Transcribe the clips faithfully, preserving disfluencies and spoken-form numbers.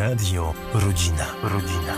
Radio Rodzina. Rodzina.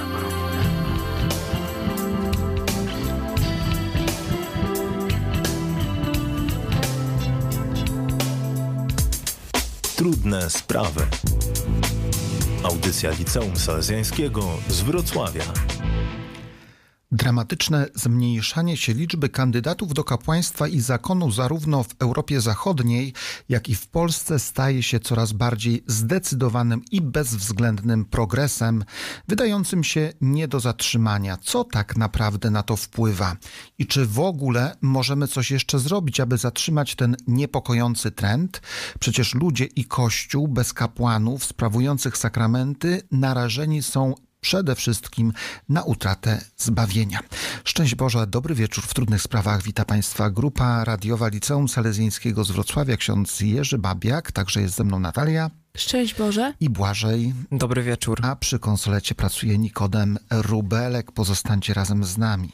Trudne sprawy. Audycja Liceum Salezjańskiego z Wrocławia. Dramatyczne zmniejszanie się liczby kandydatów do kapłaństwa i zakonu zarówno w Europie Zachodniej, jak i w Polsce staje się coraz bardziej zdecydowanym i bezwzględnym progresem, wydającym się nie do zatrzymania. Co tak naprawdę na to wpływa? I czy w ogóle możemy coś jeszcze zrobić, aby zatrzymać ten niepokojący trend? Przecież ludzie i Kościół bez kapłanów sprawujących sakramenty narażeni są przede wszystkim na utratę zbawienia. Szczęść Boże, dobry wieczór w Trudnych Sprawach. Wita Państwa grupa radiowa Liceum Salezjańskiego z Wrocławia, ksiądz Jerzy Babiak, także jest ze mną Natalia. Szczęść Boże. I Błażej. Dobry wieczór. A przy konsolecie pracuje Nikodem Rubelek. Pozostańcie razem z nami.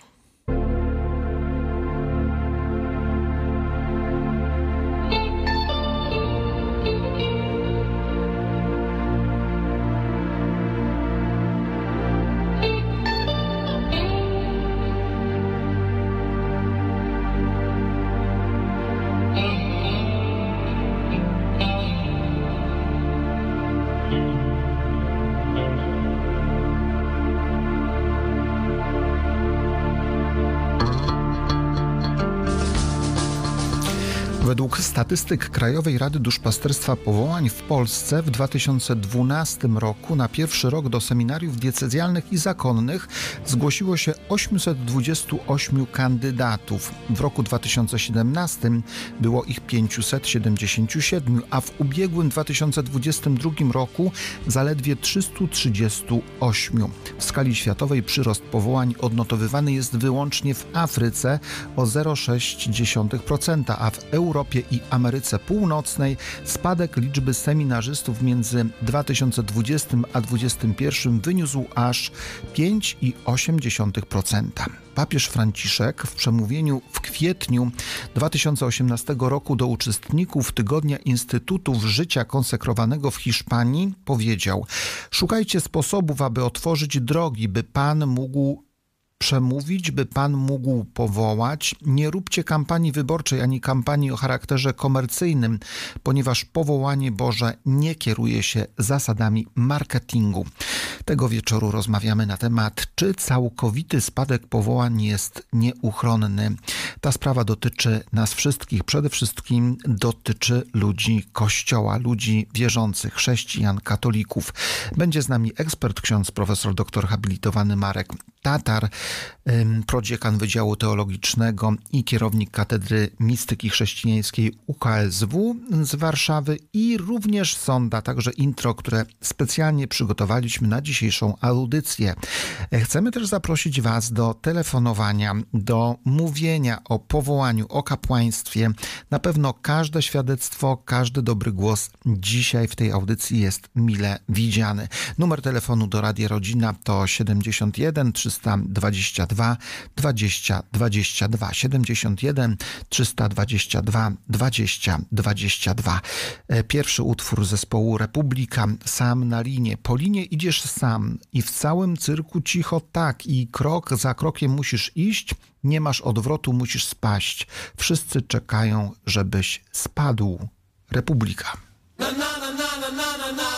Według statystyk Krajowej Rady Duszpasterstwa Powołań w Polsce w dwa tysiące dwunastym roku na pierwszy rok do seminariów diecezjalnych i zakonnych zgłosiło się osiemset dwadzieścia osiem kandydatów. W roku dwa tysiące siedemnastym było ich pięćset siedemdziesiąt siedem, a w ubiegłym dwa tysiące dwudziestym drugim roku zaledwie trzysta trzydzieści osiem. W skali światowej przyrost powołań odnotowywany jest wyłącznie w Afryce o zero przecinek sześć procent, a w Europie Europie i Ameryce Północnej spadek liczby seminarzystów między dwa tysiące dwudziestym a dwudziestym pierwszym wyniósł aż pięć przecinek osiem procent. Papież Franciszek w przemówieniu w kwietniu dwa tysiące osiemnastego roku do uczestników Tygodnia Instytutów Życia Konsekrowanego w Hiszpanii powiedział: szukajcie sposobów, aby otworzyć drogi, by Pan mógł przemówić, by Pan mógł powołać. Nie róbcie kampanii wyborczej ani kampanii o charakterze komercyjnym, ponieważ powołanie Boże nie kieruje się zasadami marketingu. Tego wieczoru rozmawiamy na temat, czy całkowity spadek powołań jest nieuchronny. Ta sprawa dotyczy nas wszystkich. Przede wszystkim dotyczy ludzi Kościoła, ludzi wierzących, chrześcijan, katolików. Będzie z nami ekspert, ksiądz profesor doktor habilitowany Marek Tatar, prodziekan Wydziału Teologicznego i kierownik Katedry Mistyki Chrześcijańskiej U K S W z Warszawy i również sonda, także intro, które specjalnie przygotowaliśmy na dzisiejszą audycję. Chcemy też zaprosić Was do telefonowania, do mówienia o powołaniu, o kapłaństwie. Na pewno każde świadectwo, każdy dobry głos dzisiaj w tej audycji jest mile widziany. Numer telefonu do Radia Rodzina to siedemdziesiąt jeden trzysta dwadzieścia dwa dwadzieścia dwadzieścia dwa siedemdziesiąt jeden trzysta dwadzieścia dwa dwadzieścia dwadzieścia dwa. Pierwszy utwór zespołu Republika, Sam na linie. Po linie idziesz sam i w całym cyrku cicho tak i krok za krokiem musisz iść, nie masz odwrotu, musisz spaść. Wszyscy czekają, żebyś spadł. Republika. Na, na, na, na, na, na, na.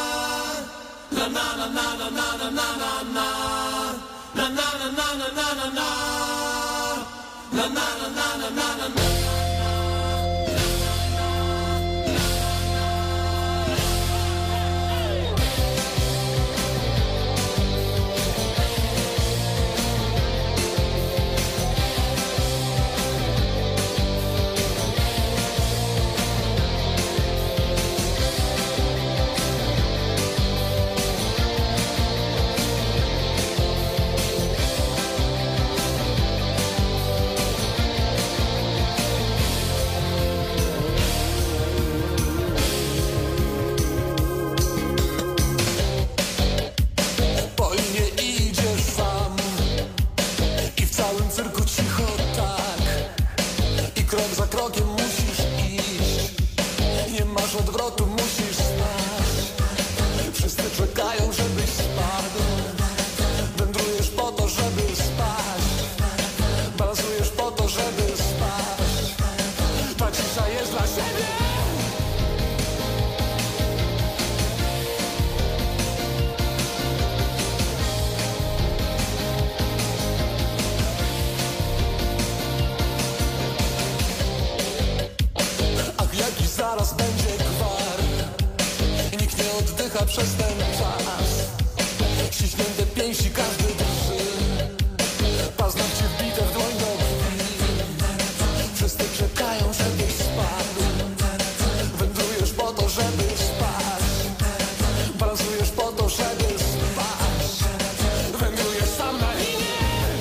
Na, na, na, na, na, na, na, na, na. Na na na na na na na na na na na na na na. chwila przez ten czas. Ściśnięte pięści, każdy drży. Paznokcie wbite w dłoń do krwi. Wszyscy czekają, żebyś spadł. Wędrujesz po to, żeby spać. Balansujesz po to, żeby spać. Wędrujesz sam na linie.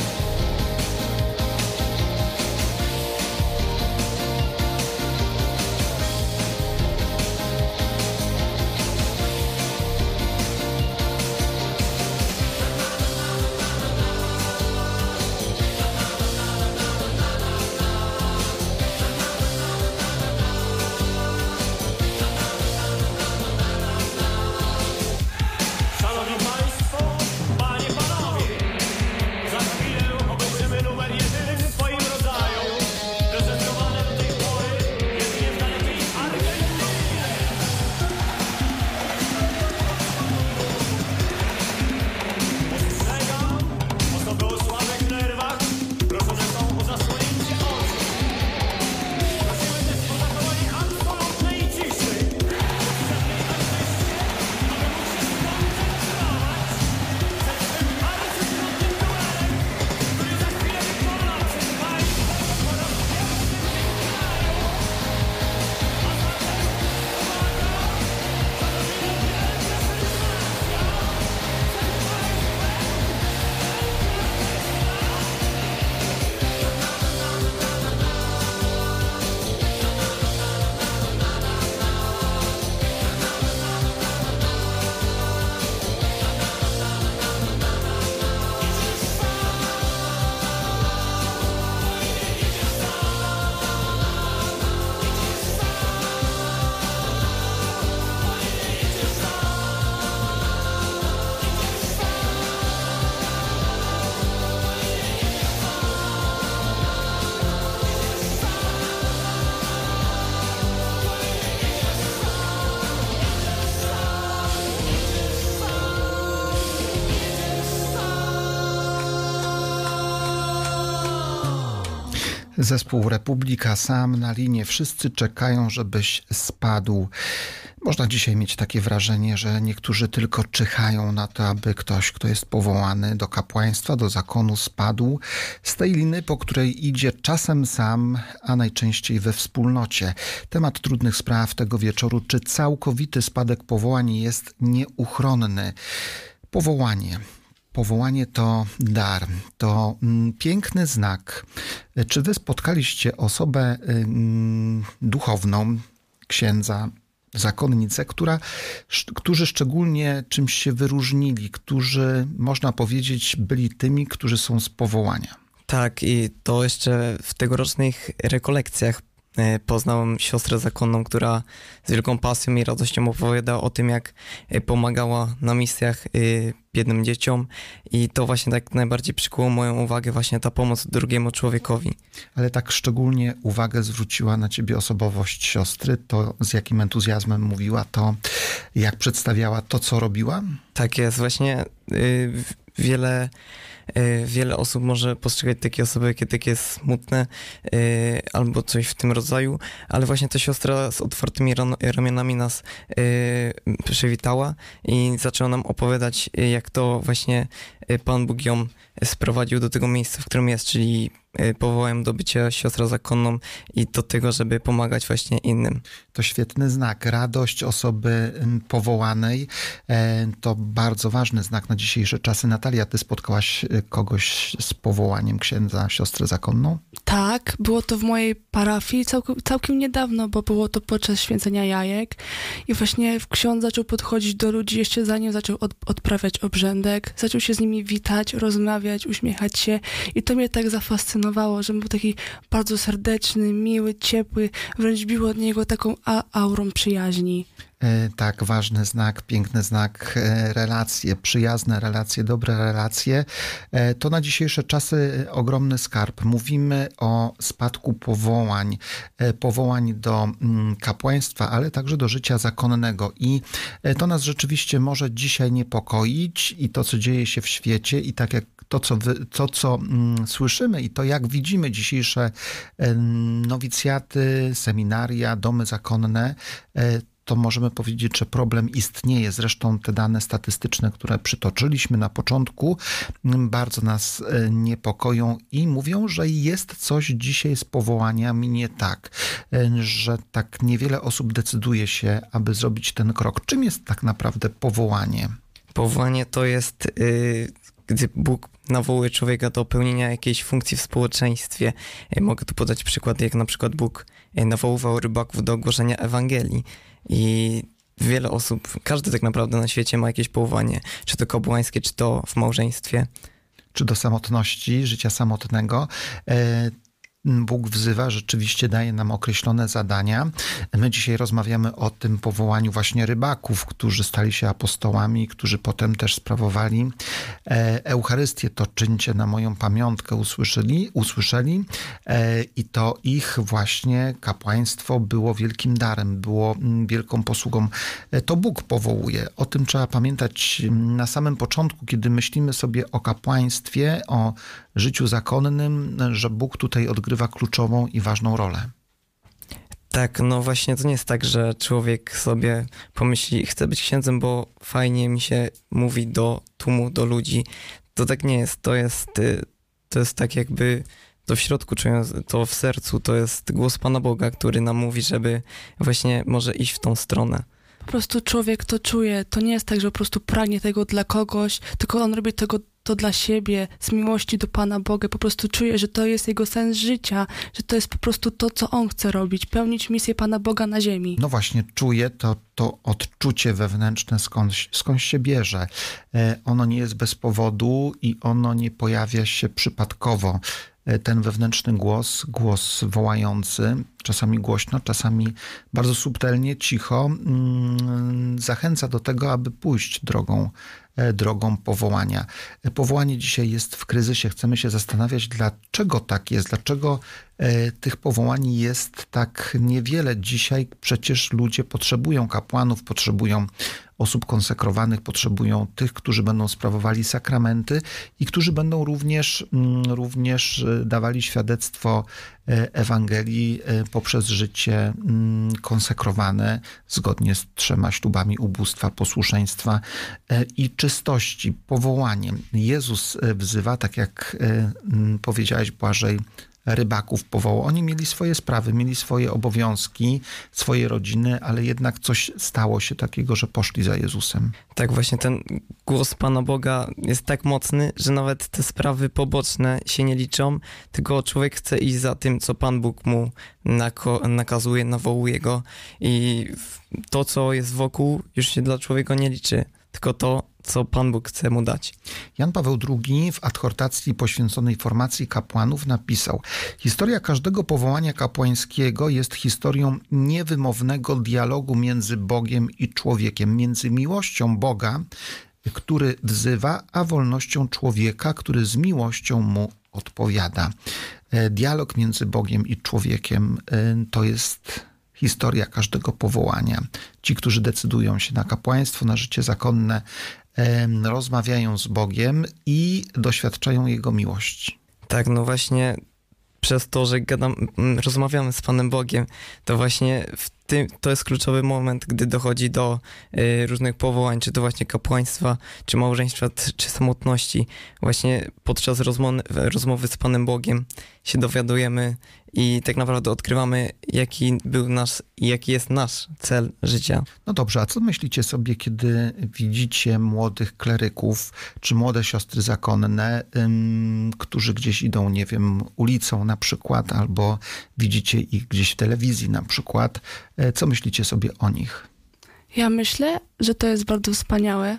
Zespół Republika, Sam na linie. Wszyscy czekają, żebyś spadł. Można dzisiaj mieć takie wrażenie, że niektórzy tylko czyhają na to, aby ktoś, kto jest powołany do kapłaństwa, do zakonu, spadł z tej liny, po której idzie czasem sam, a najczęściej we wspólnocie. Temat trudnych spraw tego wieczoru: czy całkowity spadek powołań jest nieuchronny? Powołanie. Powołanie to dar, to mm, piękny znak. Czy wy spotkaliście osobę mm, duchowną, księdza, zakonnicę, która, sz, którzy szczególnie czymś się wyróżnili, którzy, można powiedzieć, byli tymi, którzy są z powołania? Tak, i to jeszcze w tegorocznych rekolekcjach poznałem siostrę zakonną, która z wielką pasją i radością opowiada o tym, jak pomagała na misjach biednym dzieciom, i to właśnie tak najbardziej przykuło moją uwagę, właśnie ta pomoc drugiemu człowiekowi. Ale tak szczególnie uwagę zwróciła na ciebie osobowość siostry, to z jakim entuzjazmem mówiła, to jak przedstawiała to, co robiła? Tak jest, właśnie y, wiele Wiele osób może postrzegać takie osoby, kiedy takie smutne yy, albo coś w tym rodzaju, ale właśnie ta siostra z otwartymi ramionami nas yy, przywitała i zaczęła nam opowiadać, jak to właśnie Pan Bóg ją sprowadził do tego miejsca, w którym jest, czyli powołałem do bycia siostrą zakonną i do tego, żeby pomagać właśnie innym. To świetny znak. Radość osoby powołanej to bardzo ważny znak na dzisiejsze czasy. Natalia, ty spotkałaś kogoś z powołaniem, księdza, siostrę zakonną? Tak, było to w mojej parafii całkiem, całkiem niedawno, bo było to podczas święcenia jajek i właśnie ksiądz zaczął podchodzić do ludzi jeszcze zanim zaczął od, odprawiać obrzędek. Zaczął się z nimi witać, rozmawiać, uśmiechać się i to mnie tak zafascynowało, że był taki bardzo serdeczny, miły, ciepły, wręcz biło od niego taką a- aurą przyjaźni. Tak, ważny znak, piękny znak, relacje, przyjazne relacje, dobre relacje. To na dzisiejsze czasy ogromny skarb. Mówimy o spadku powołań, powołań do kapłaństwa, ale także do życia zakonnego i to nas rzeczywiście może dzisiaj niepokoić i to, co dzieje się w świecie i tak jak to, co, wy, to, co mm, słyszymy i to, jak widzimy dzisiejsze nowicjaty, seminaria, domy zakonne, to możemy powiedzieć, że problem istnieje. Zresztą te dane statystyczne, które przytoczyliśmy na początku, bardzo nas niepokoją i mówią, że jest coś dzisiaj z powołaniami nie tak, że tak niewiele osób decyduje się, aby zrobić ten krok. Czym jest tak naprawdę powołanie? Powołanie to jest, yy, gdy Bóg nawołuje człowieka do pełnienia jakiejś funkcji w społeczeństwie. Yy, mogę tu podać przykład, jak na przykład Bóg nawoływał rybaków do ogłoszenia Ewangelii. I wiele osób, każdy tak naprawdę na świecie ma jakieś powołanie, czy to kapłańskie, czy to w małżeństwie. Czy do samotności, życia samotnego. Bóg wzywa, rzeczywiście daje nam określone zadania. My dzisiaj rozmawiamy o tym powołaniu właśnie rybaków, którzy stali się apostołami, którzy potem też sprawowali Eucharystię. To czyńcie na moją pamiątkę usłyszeli, usłyszeli i to ich właśnie kapłaństwo było wielkim darem, było wielką posługą. To Bóg powołuje. O tym trzeba pamiętać na samym początku, kiedy myślimy sobie o kapłaństwie, o życiu zakonnym, że Bóg tutaj odgrywa kluczową i ważną rolę. Tak, no właśnie to nie jest tak, że człowiek sobie pomyśli, chcę być księdzem, bo fajnie mi się mówi do tłumu, do ludzi. To tak nie jest. To jest, to jest tak jakby to w środku czują, to w sercu, to jest głos Pana Boga, który nam mówi, żeby właśnie może iść w tą stronę. Po prostu człowiek to czuje. To nie jest tak, że po prostu pragnie tego dla kogoś, tylko on robi tego to dla siebie, z miłości do Pana Boga. Po prostu czuje, że to jest jego sens życia, że to jest po prostu to, co on chce robić, pełnić misję Pana Boga na ziemi. No właśnie, czuje to, to odczucie wewnętrzne skądś, skądś się bierze. Ono nie jest bez powodu i ono nie pojawia się przypadkowo. Ten wewnętrzny głos, głos wołający, czasami głośno, czasami bardzo subtelnie, cicho, zachęca do tego, aby pójść drogą, drogą powołania. Powołanie dzisiaj jest w kryzysie. Chcemy się zastanawiać, dlaczego tak jest, dlaczego tych powołań jest tak niewiele. Dzisiaj przecież ludzie potrzebują kapłanów, potrzebują osób konsekrowanych, potrzebują tych, którzy będą sprawowali sakramenty i którzy będą również, również dawali świadectwo Ewangelii poprzez życie konsekrowane zgodnie z trzema ślubami ubóstwa, posłuszeństwa i czystości, powołaniem. Jezus wzywa, tak jak powiedziałaś, Błażej, rybaków powołał. Oni mieli swoje sprawy, mieli swoje obowiązki, swoje rodziny, ale jednak coś stało się takiego, że poszli za Jezusem. Tak, właśnie ten głos Pana Boga jest tak mocny, że nawet te sprawy poboczne się nie liczą, tylko człowiek chce iść za tym, co Pan Bóg mu nako- nakazuje, nawołuje go i to, co jest wokół, już się dla człowieka nie liczy, tylko to, co Pan Bóg chce mu dać. Jan Paweł drugi w adhortacji poświęconej formacji kapłanów napisał: historia każdego powołania kapłańskiego jest historią niewymownego dialogu między Bogiem i człowiekiem, między miłością Boga, który wzywa, a wolnością człowieka, który z miłością mu odpowiada. Dialog między Bogiem i człowiekiem to jest historia każdego powołania. Ci, którzy decydują się na kapłaństwo, na życie zakonne, rozmawiają z Bogiem i doświadczają Jego miłości. Tak, no właśnie przez to, że gadam, rozmawiamy z Panem Bogiem, to właśnie w tym, to jest kluczowy moment, gdy dochodzi do y, różnych powołań, czy to właśnie kapłaństwa, czy małżeństwa, czy samotności. Właśnie podczas rozmowy, rozmowy z Panem Bogiem się dowiadujemy i tak naprawdę odkrywamy, jaki był nasz i jaki jest nasz cel życia. No dobrze, a co myślicie sobie, kiedy widzicie młodych kleryków, czy młode siostry zakonne, ym, którzy gdzieś idą, nie wiem, ulicą na przykład, albo widzicie ich gdzieś w telewizji na przykład. Co myślicie sobie o nich? Ja myślę, że to jest bardzo wspaniałe.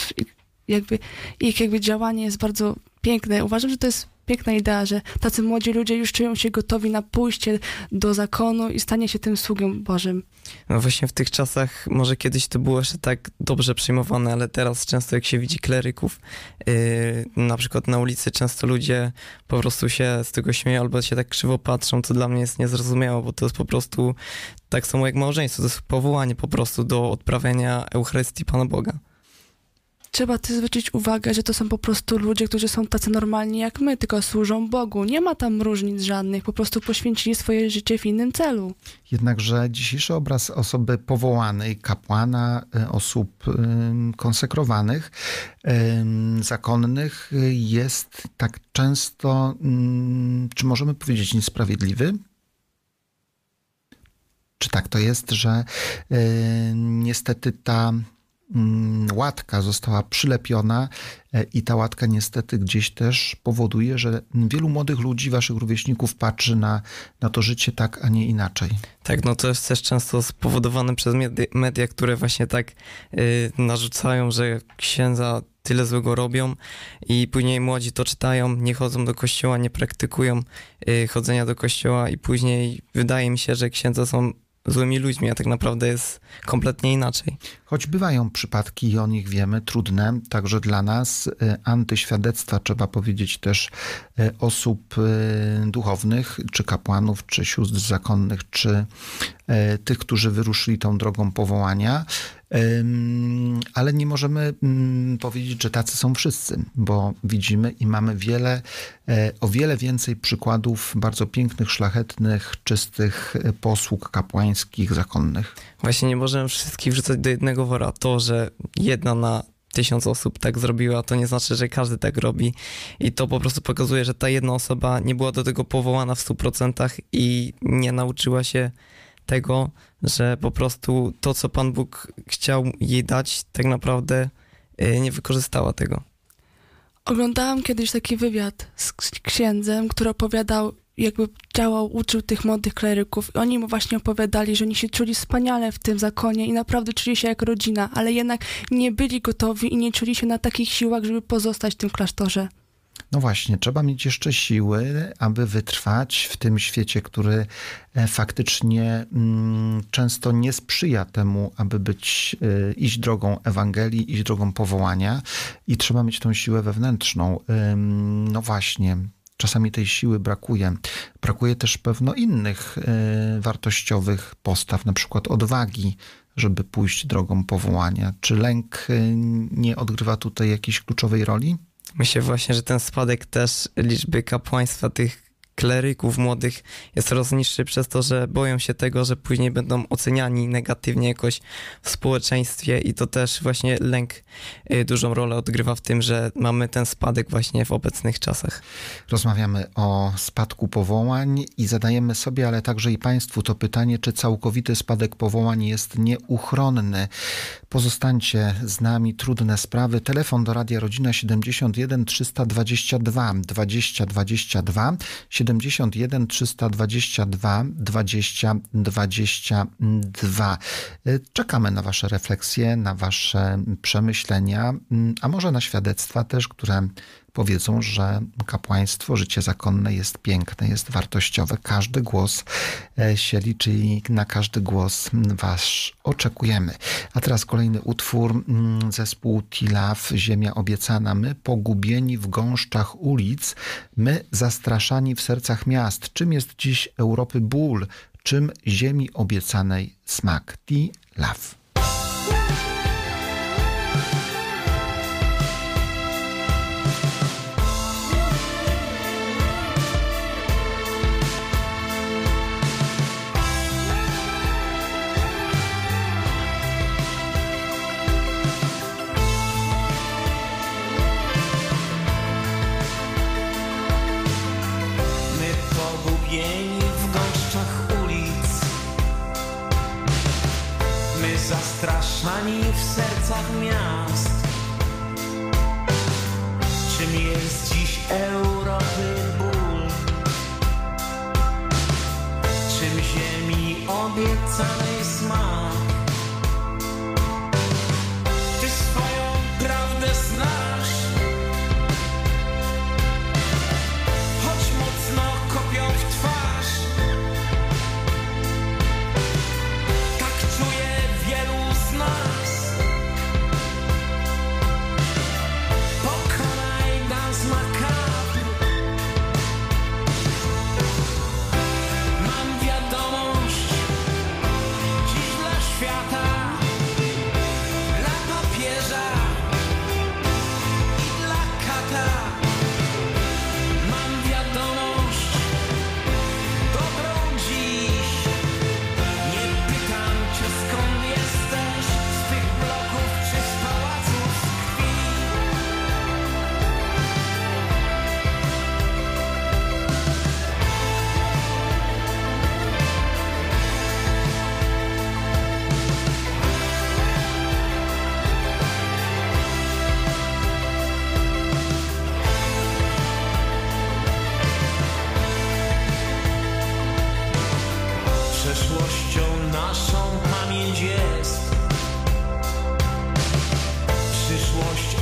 Jakby, ich jakby działanie jest bardzo piękne. Uważam, że to jest piękna idea, że tacy młodzi ludzie już czują się gotowi na pójście do zakonu i stanie się tym sługiem Bożym. No właśnie w tych czasach, może kiedyś to było jeszcze tak dobrze przyjmowane, ale teraz często jak się widzi kleryków, yy, na przykład na ulicy, często ludzie po prostu się z tego śmieją albo się tak krzywo patrzą, co dla mnie jest niezrozumiałe, bo to jest po prostu tak samo jak małżeństwo, to jest powołanie po prostu do odprawiania Eucharystii Pana Boga. Trzeba też zwrócić uwagę, że to są po prostu ludzie, którzy są tacy normalni jak my, tylko służą Bogu. Nie ma tam różnic żadnych, po prostu poświęcili swoje życie w innym celu. Jednakże dzisiejszy obraz osoby powołanej, kapłana, y, osób y, konsekrowanych, y, zakonnych y, jest tak często, y, czy możemy powiedzieć, niesprawiedliwy? Czy tak to jest, że y, niestety ta łatka została przylepiona i ta łatka niestety gdzieś też powoduje, że wielu młodych ludzi, waszych rówieśników patrzy na, na to życie tak, a nie inaczej. Tak, no to jest też często spowodowane przez media, media które właśnie tak y, narzucają, że księdza tyle złego robią i później młodzi to czytają, nie chodzą do kościoła, nie praktykują y, chodzenia do kościoła i później wydaje mi się, że księdza są złymi ludźmi, a tak naprawdę jest kompletnie inaczej. Choć bywają przypadki i o nich wiemy, trudne, także dla nas, antyświadectwa, trzeba powiedzieć też osób duchownych, czy kapłanów, czy sióstr zakonnych, czy tych, którzy wyruszyli tą drogą powołania, ale nie możemy powiedzieć, że tacy są wszyscy, bo widzimy i mamy wiele, o wiele więcej przykładów bardzo pięknych, szlachetnych, czystych posług kapłańskich, zakonnych. Właśnie nie możemy wszystkich wrzucać do jednego wora. To, że jedna na tysiąc osób tak zrobiła, to nie znaczy, że każdy tak robi i to po prostu pokazuje, że ta jedna osoba nie była do tego powołana w stu procentach i nie nauczyła się tego, że po prostu to, co Pan Bóg chciał jej dać, tak naprawdę nie wykorzystała tego. Oglądałam kiedyś taki wywiad z księdzem, który opowiadał, jakby działał, uczył tych młodych kleryków. Oni mu właśnie opowiadali, że oni się czuli wspaniale w tym zakonie i naprawdę czuli się jak rodzina, ale jednak nie byli gotowi i nie czuli się na takich siłach, żeby pozostać w tym klasztorze. No właśnie, trzeba mieć jeszcze siły, aby wytrwać w tym świecie, który faktycznie mm, często nie sprzyja temu, aby być, y, iść drogą Ewangelii, iść drogą powołania i trzeba mieć tą siłę wewnętrzną. Ym, no właśnie, czasami tej siły brakuje. Brakuje też pewno innych y, wartościowych postaw, na przykład odwagi, żeby pójść drogą powołania. Czy lęk y, nie odgrywa tutaj jakiejś kluczowej roli? Myślę właśnie, że ten spadek też liczby kapłaństwa tych kleryków młodych jest coraz niższy przez to, że boją się tego, że później będą oceniani negatywnie jakoś w społeczeństwie i to też właśnie lęk dużą rolę odgrywa w tym, że mamy ten spadek właśnie w obecnych czasach. Rozmawiamy o spadku powołań i zadajemy sobie, ale także i Państwu to pytanie, czy całkowity spadek powołań jest nieuchronny. Pozostańcie z nami, trudne sprawy. Telefon do Radia Rodzina siedemdziesiąt jeden trzysta dwadzieścia dwa dwadzieścia dwadzieścia dwa siedemdziesiąt jeden trzysta dwadzieścia dwa dwadzieścia dwadzieścia dwa. Czekamy na wasze refleksje, na wasze przemyślenia, a może na świadectwa też, które powiedzą, że kapłaństwo, życie zakonne jest piękne, jest wartościowe. Każdy głos się liczy i na każdy głos wasz oczekujemy. A teraz kolejny utwór, zespół Tilaf, Ziemia obiecana. My pogubieni w gąszczach ulic, my zastraszani w sercach miast. Czym jest dziś Europy ból? Czym ziemi obiecanej smak? Tilaf. Zastraszani w sercach miast. Czym jest dziś Europy ból? Czym ziemi obiecanej smak? Ty swoją prawdę znasz, choć mocno kopią w twarz. Tak czuję wielu z nas. Pokonaj nas makabr. Mam wiadomość dziś dla świata.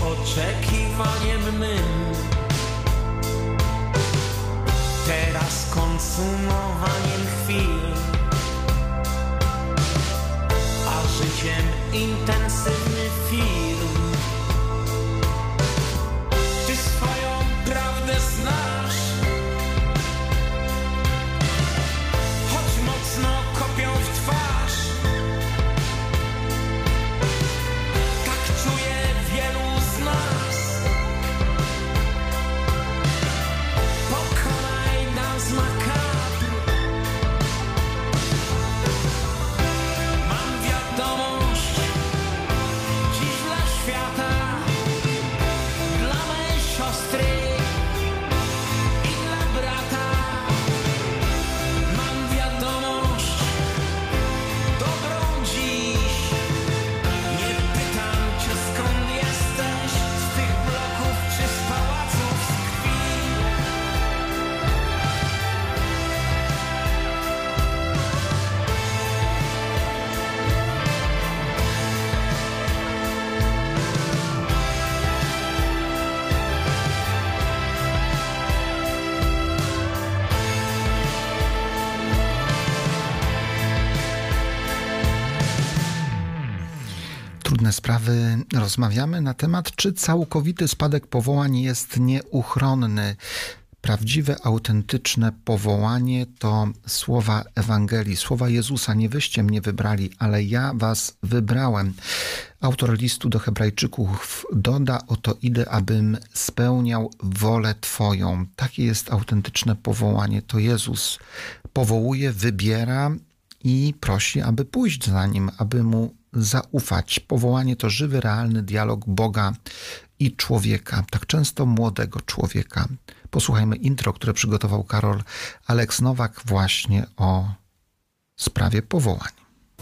oczekiwaniem mym, teraz konsumowaniem chwil, a życiem intensywny film. Ty swoją prawdę znasz, choć mocno kopią w twarz. Tak czuje wielu z nas. Pokonaj nas makabr. Mam wiadomość dziś dla świata, dla mej siostry i dla brata. Mam wiadomość dobrą dziś. Nie pytam cię, skąd jesteś, z tych bloków czy z pałaców z krwi. Trudne sprawy. Rozmawiamy na temat, czy całkowity spadek powołań jest nieuchronny. Prawdziwe, autentyczne powołanie to słowa Ewangelii, słowa Jezusa. Nie wyście mnie wybrali, ale ja was wybrałem. Autor listu do Hebrajczyków doda: oto idę, abym spełniał wolę Twoją. Takie jest autentyczne powołanie. To Jezus powołuje, wybiera i prosi, aby pójść za Nim, aby Mu zaufać. Powołanie to żywy, realny dialog Boga i człowieka, tak często młodego człowieka. Posłuchajmy intro, które przygotował Karol Aleks Nowak właśnie o sprawie powołań.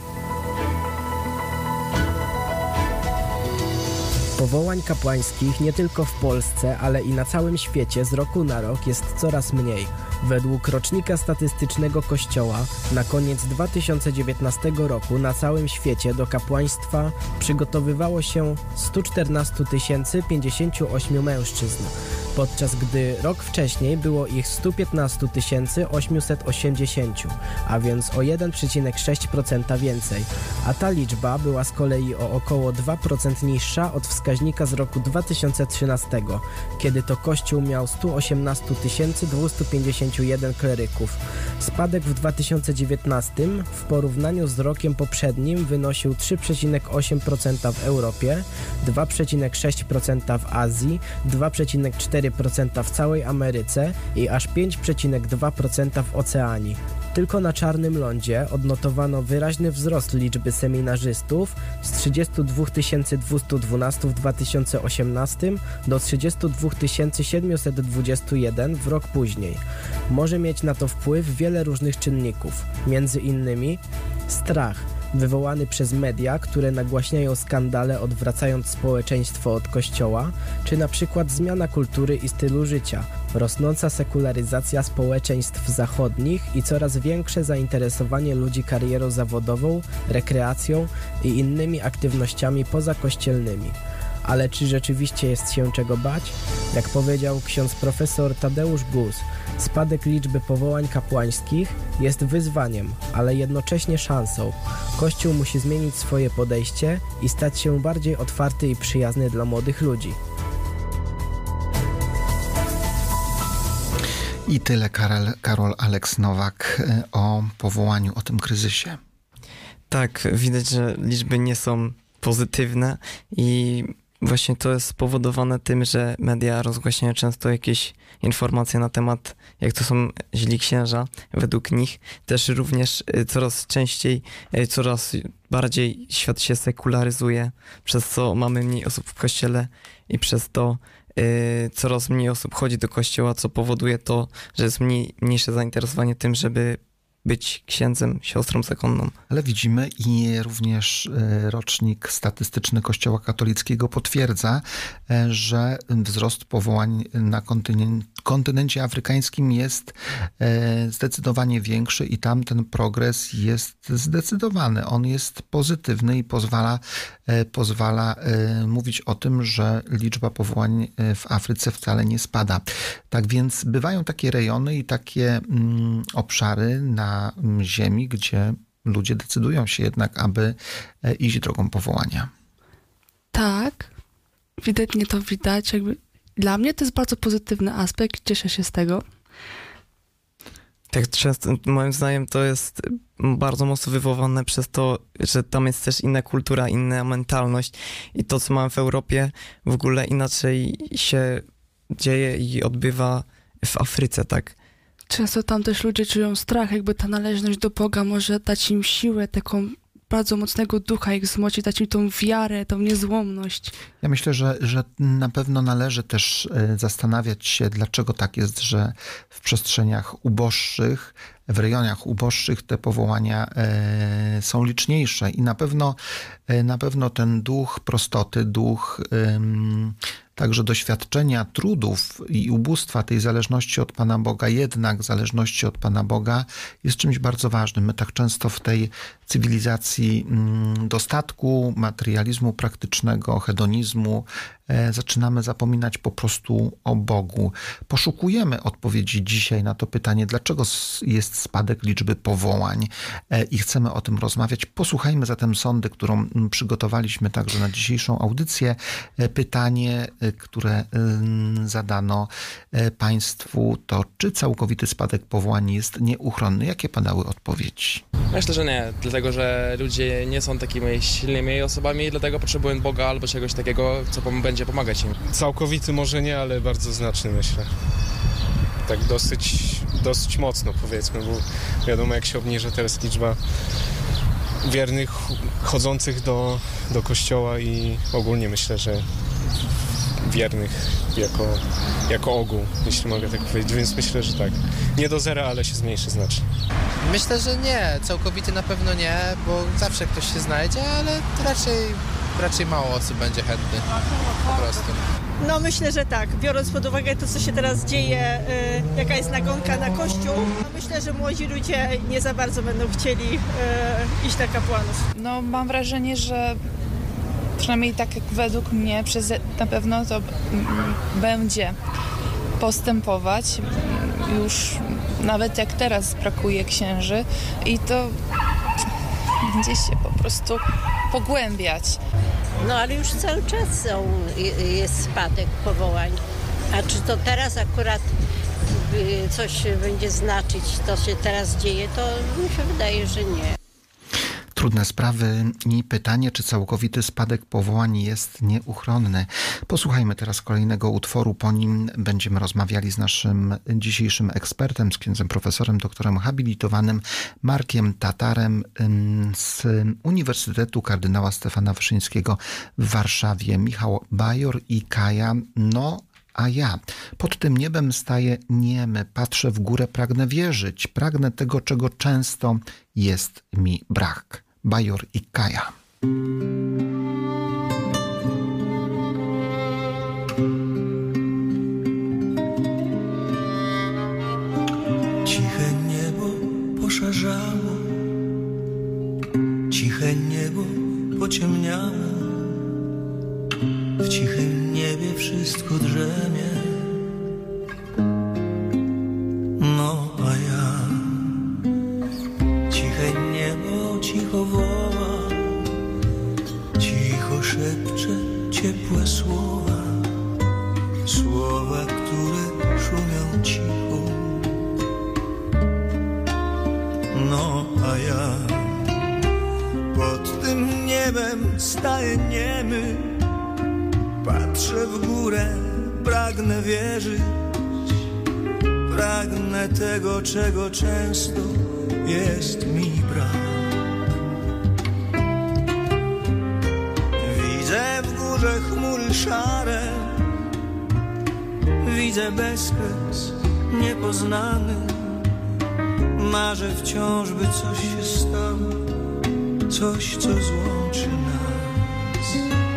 Powołań kapłańskich nie tylko w Polsce, ale i na całym świecie z roku na rok jest coraz mniej. Według rocznika statystycznego Kościoła na koniec dwa tysiące dziewiętnastego roku na całym świecie do kapłaństwa przygotowywało się sto czternaście tysięcy pięćdziesiąt osiem mężczyzn, podczas gdy rok wcześniej było ich sto piętnaście tysięcy osiemset osiemdziesiąt, a więc o jeden przecinek sześć procent więcej, a ta liczba była z kolei o około dwa procent niższa od wskaźnika z roku dwa tysiące trzynastego, kiedy to Kościół miał sto osiemnaście tysięcy dwieście pięćdziesiąt jeden kleryków. Spadek w dwa tysiące dziewiętnastym w porównaniu z rokiem poprzednim wynosił trzy przecinek osiem procent w Europie, dwa przecinek sześć procent w Azji, dwa przecinek cztery procent w całej Ameryce i aż pięć przecinek dwa procent w Oceanii. Tylko na Czarnym Lądzie odnotowano wyraźny wzrost liczby seminarzystów z trzydzieści dwa tysiące dwieście dwanaście w dwa tysiące osiemnastym do trzydzieści dwa tysiące siedemset dwadzieścia jeden w rok później. Może mieć na to wpływ wiele różnych czynników, między innymi strach wywołany przez media, które nagłaśniają skandale, odwracając społeczeństwo od Kościoła, czy na przykład zmiana kultury i stylu życia, rosnąca sekularyzacja społeczeństw zachodnich i coraz większe zainteresowanie ludzi karierą zawodową, rekreacją i innymi aktywnościami pozakościelnymi. Ale czy rzeczywiście jest się czego bać? Jak powiedział ksiądz profesor Tadeusz Gus, spadek liczby powołań kapłańskich jest wyzwaniem, ale jednocześnie szansą. Kościół musi zmienić swoje podejście i stać się bardziej otwarty i przyjazny dla młodych ludzi. I tyle Karol, Karol Aleks Nowak o powołaniu, o tym kryzysie. Tak, widać, że liczby nie są pozytywne i właśnie to jest spowodowane tym, że media rozgłaśniają często jakieś informacje na temat, jak to są źli księża, według nich. Też również coraz częściej, coraz bardziej świat się sekularyzuje, przez co mamy mniej osób w kościele i przez to y, coraz mniej osób chodzi do kościoła, co powoduje to, że jest mniej, mniejsze zainteresowanie tym, żeby być księdzem, siostrą zakonną. Ale widzimy i również e, rocznik statystyczny Kościoła katolickiego potwierdza, e, że wzrost powołań na kontynencie, kontynencie afrykańskim jest e, zdecydowanie większy i tam ten progres jest zdecydowany. On jest pozytywny i pozwala, e, pozwala e, mówić o tym, że liczba powołań w Afryce wcale nie spada. Tak więc bywają takie rejony i takie mm, obszary na ziemi, gdzie ludzie decydują się jednak, aby iść drogą powołania. Tak, ewidentnie to widać. Jakby dla mnie to jest bardzo pozytywny aspekt, cieszę się z tego. Tak często, moim zdaniem, to jest bardzo mocno wywoływane przez to, że tam jest też inna kultura, inna mentalność i to, co mamy w Europie, w ogóle inaczej się dzieje i odbywa w Afryce, tak? Często tam też ludzie czują strach, jakby ta należność do Boga może dać im siłę, taką bardzo mocnego ducha, ich wzmocnić, dać im tą wiarę, tą niezłomność. Ja myślę, że, że na pewno należy też zastanawiać się, dlaczego tak jest, że w przestrzeniach uboższych, w rejonach uboższych te powołania e, są liczniejsze i na pewno, e, na pewno ten duch prostoty, duch e, także doświadczenia trudów i ubóstwa, tej zależności od Pana Boga, jednak zależności od Pana Boga jest czymś bardzo ważnym. My tak często w tej cywilizacji mm, dostatku, materializmu praktycznego, hedonizmu e, zaczynamy zapominać po prostu o Bogu. Poszukujemy odpowiedzi dzisiaj na to pytanie, dlaczego jest spadek liczby powołań e, i chcemy o tym rozmawiać. Posłuchajmy zatem sondy, którą m, przygotowaliśmy także na dzisiejszą audycję. E, pytanie, e, które y, zadano y, Państwu, to czy całkowity spadek powołań jest nieuchronny? Jakie padały odpowiedzi? Myślę, że nie, dlatego że ludzie nie są takimi silnymi osobami i dlatego potrzebują Boga albo czegoś takiego, co pom- będzie pomagać im. Całkowity może nie, ale bardzo znaczny, myślę. Tak dosyć, dosyć mocno, powiedzmy, bo wiadomo, jak się obniża teraz liczba wiernych chodzących do, do kościoła i ogólnie myślę, że wiernych jako, jako ogół, jeśli mogę tak powiedzieć, więc myślę, że tak. Nie do zera, ale się zmniejszy znacznie. Myślę, że nie, całkowity na pewno nie, bo zawsze ktoś się znajdzie, ale raczej, raczej mało osób będzie chętnych, po prostu. No myślę, że tak, biorąc pod uwagę to, co się teraz dzieje, y, jaka jest nagonka na Kościół, no myślę, że młodzi ludzie nie za bardzo będą chcieli y, iść na kapłanów. No mam wrażenie, że przynajmniej tak jak według mnie, przez na pewno to będzie postępować. Już nawet jak teraz brakuje księży i to będzie się po prostu pogłębiać. No ale już cały czas są, jest spadek powołań. A czy to teraz akurat coś będzie znaczyć, to się teraz dzieje, to mi się wydaje, że nie. Trudne sprawy i pytanie, czy całkowity spadek powołań jest nieuchronny. Posłuchajmy teraz kolejnego utworu. Po nim będziemy rozmawiali z naszym dzisiejszym ekspertem, z księdzem profesorem, doktorem habilitowanym Markiem Tatarem z Uniwersytetu Kardynała Stefana Wyszyńskiego w Warszawie. Michał Bajor i Kaja. No, a ja pod tym niebem staję niemy, patrzę w górę, pragnę wierzyć, pragnę tego, czego często jest mi brak. Bajor i Kaja. Ciche niebo poszarzało, ciche niebo pociemniało, w cichym niebie wszystko drzemie. No a ja ciche niebo cicho woła, cicho szepcze ciepłe słowa, słowa, które szumią cicho. No a ja pod tym niebem staję niemy, patrzę w górę, pragnę wierzyć, pragnę tego, czego często jest mi brak. Widzę w górze chmury szare, widzę bezkres niepoznany, Marzę wciąż, by coś się stało, coś, co złączy nas.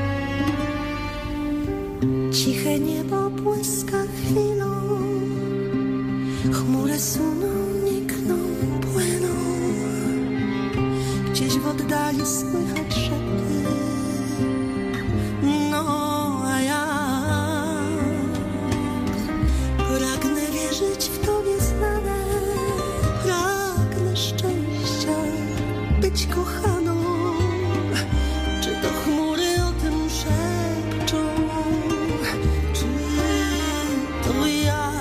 Ciche niebo błyska chwilą, chmury suną, nikną, płyną. Gdzieś w oddali słychać szepty. No, a ja pragnę wierzyć w to nieznane. Pragnę szczęścia, być kochaną. Czy to chmury o tym szepczą? Czy to ja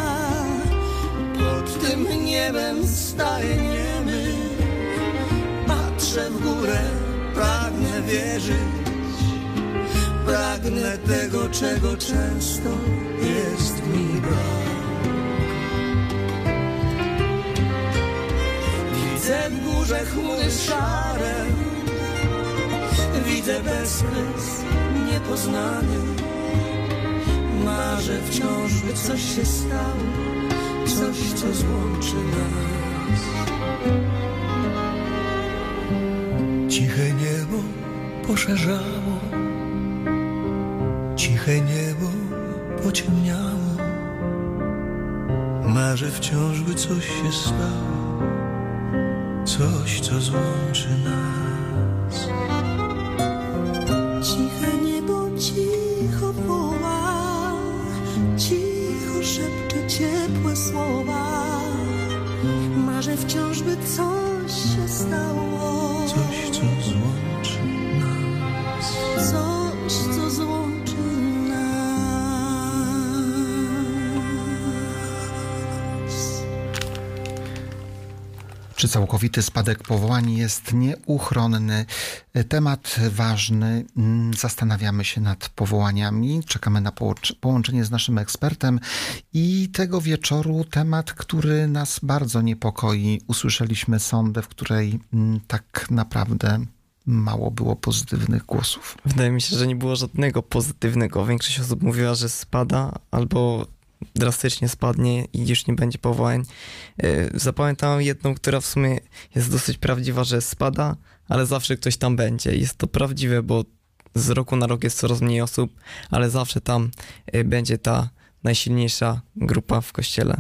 pod tym niebem staję niemy? Patrzę w górę, pragnę wierzyć. Pragnę tego, czego często jest mi brak. Widzę w górze chmury szare, widzę bezkres niepoznany. Marzę wciąż, by coś się stało, coś, co złączy nas. Ciche niebo poszerzało, ciche niebo pociemniało. Marzę wciąż, by coś się stało, coś, co złączy nas. Ciche niebo cicho woła, cicho szepcze ciepłe słowa. Marzę wciąż, by coś się stało, coś, co złączy nas. Coś, co złączy nas. Czy całkowity spadek powołań jest nieuchronny? Temat ważny. Zastanawiamy się nad powołaniami. Czekamy na połączenie z naszym ekspertem. I tego wieczoru temat, który nas bardzo niepokoi. Usłyszeliśmy sondę, w której tak naprawdę mało było pozytywnych głosów. Wydaje mi się, że nie było żadnego pozytywnego. Większość osób mówiła, że spada albo drastycznie spadnie i już nie będzie powołań. Zapamiętałem jedną, która w sumie jest dosyć prawdziwa, że spada, ale zawsze ktoś tam będzie. Jest to prawdziwe, bo z roku na rok jest coraz mniej osób, ale zawsze tam będzie ta najsilniejsza grupa w kościele.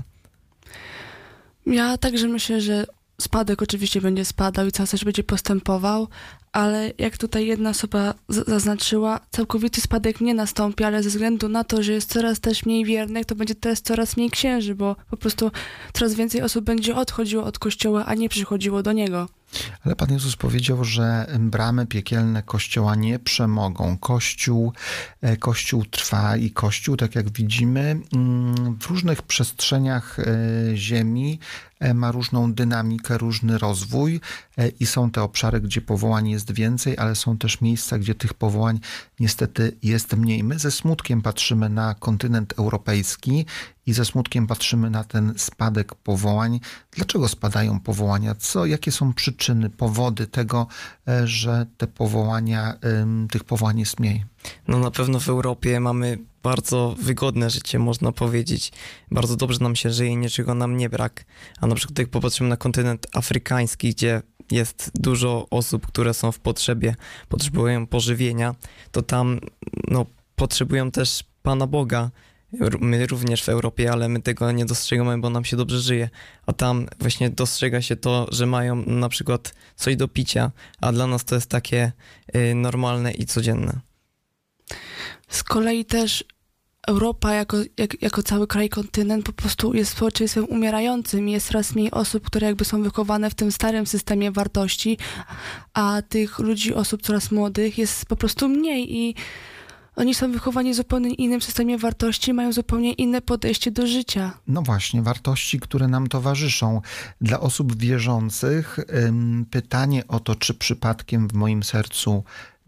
Ja także myślę, że spadek oczywiście będzie spadał i cały czas będzie postępował, ale jak tutaj jedna osoba z- zaznaczyła, całkowity spadek nie nastąpi, ale ze względu na to, że jest coraz też mniej wiernych, to będzie też coraz mniej księży, bo po prostu coraz więcej osób będzie odchodziło od kościoła, a nie przychodziło do niego. Ale Pan Jezus powiedział, że bramy piekielne Kościoła nie przemogą. Kościół, Kościół trwa i Kościół, tak jak widzimy, w różnych przestrzeniach ziemi ma różną dynamikę, różny rozwój i są te obszary, gdzie powołań jest więcej, ale są też miejsca, gdzie tych powołań niestety jest mniej. My ze smutkiem patrzymy na kontynent europejski i ze smutkiem patrzymy na ten spadek powołań. Dlaczego spadają powołania? Co, jakie są przyczyny, powody tego, że te powołania, tych powołań jest mniej? No na pewno w Europie mamy bardzo wygodne życie, można powiedzieć. Bardzo dobrze nam się żyje, niczego nam nie brak. A na przykład jak popatrzymy na kontynent afrykański, gdzie jest dużo osób, które są w potrzebie, potrzebują pożywienia, to tam no, potrzebują też Pana Boga. My również w Europie, ale my tego nie dostrzegamy, bo nam się dobrze żyje. A tam właśnie dostrzega się to, że mają na przykład coś do picia, a dla nas to jest takie y, normalne i codzienne. Z kolei też Europa jako, jak, jako cały kraj, kontynent po prostu jest społeczeństwem umierającym i jest coraz mniej osób, które jakby są wychowane w tym starym systemie wartości, a tych ludzi, osób coraz młodych jest po prostu mniej i oni są wychowani w zupełnie innym systemie wartości, mają zupełnie inne podejście do życia. No właśnie, wartości, które nam towarzyszą. Dla osób wierzących ym, pytanie o to, czy przypadkiem w moim sercu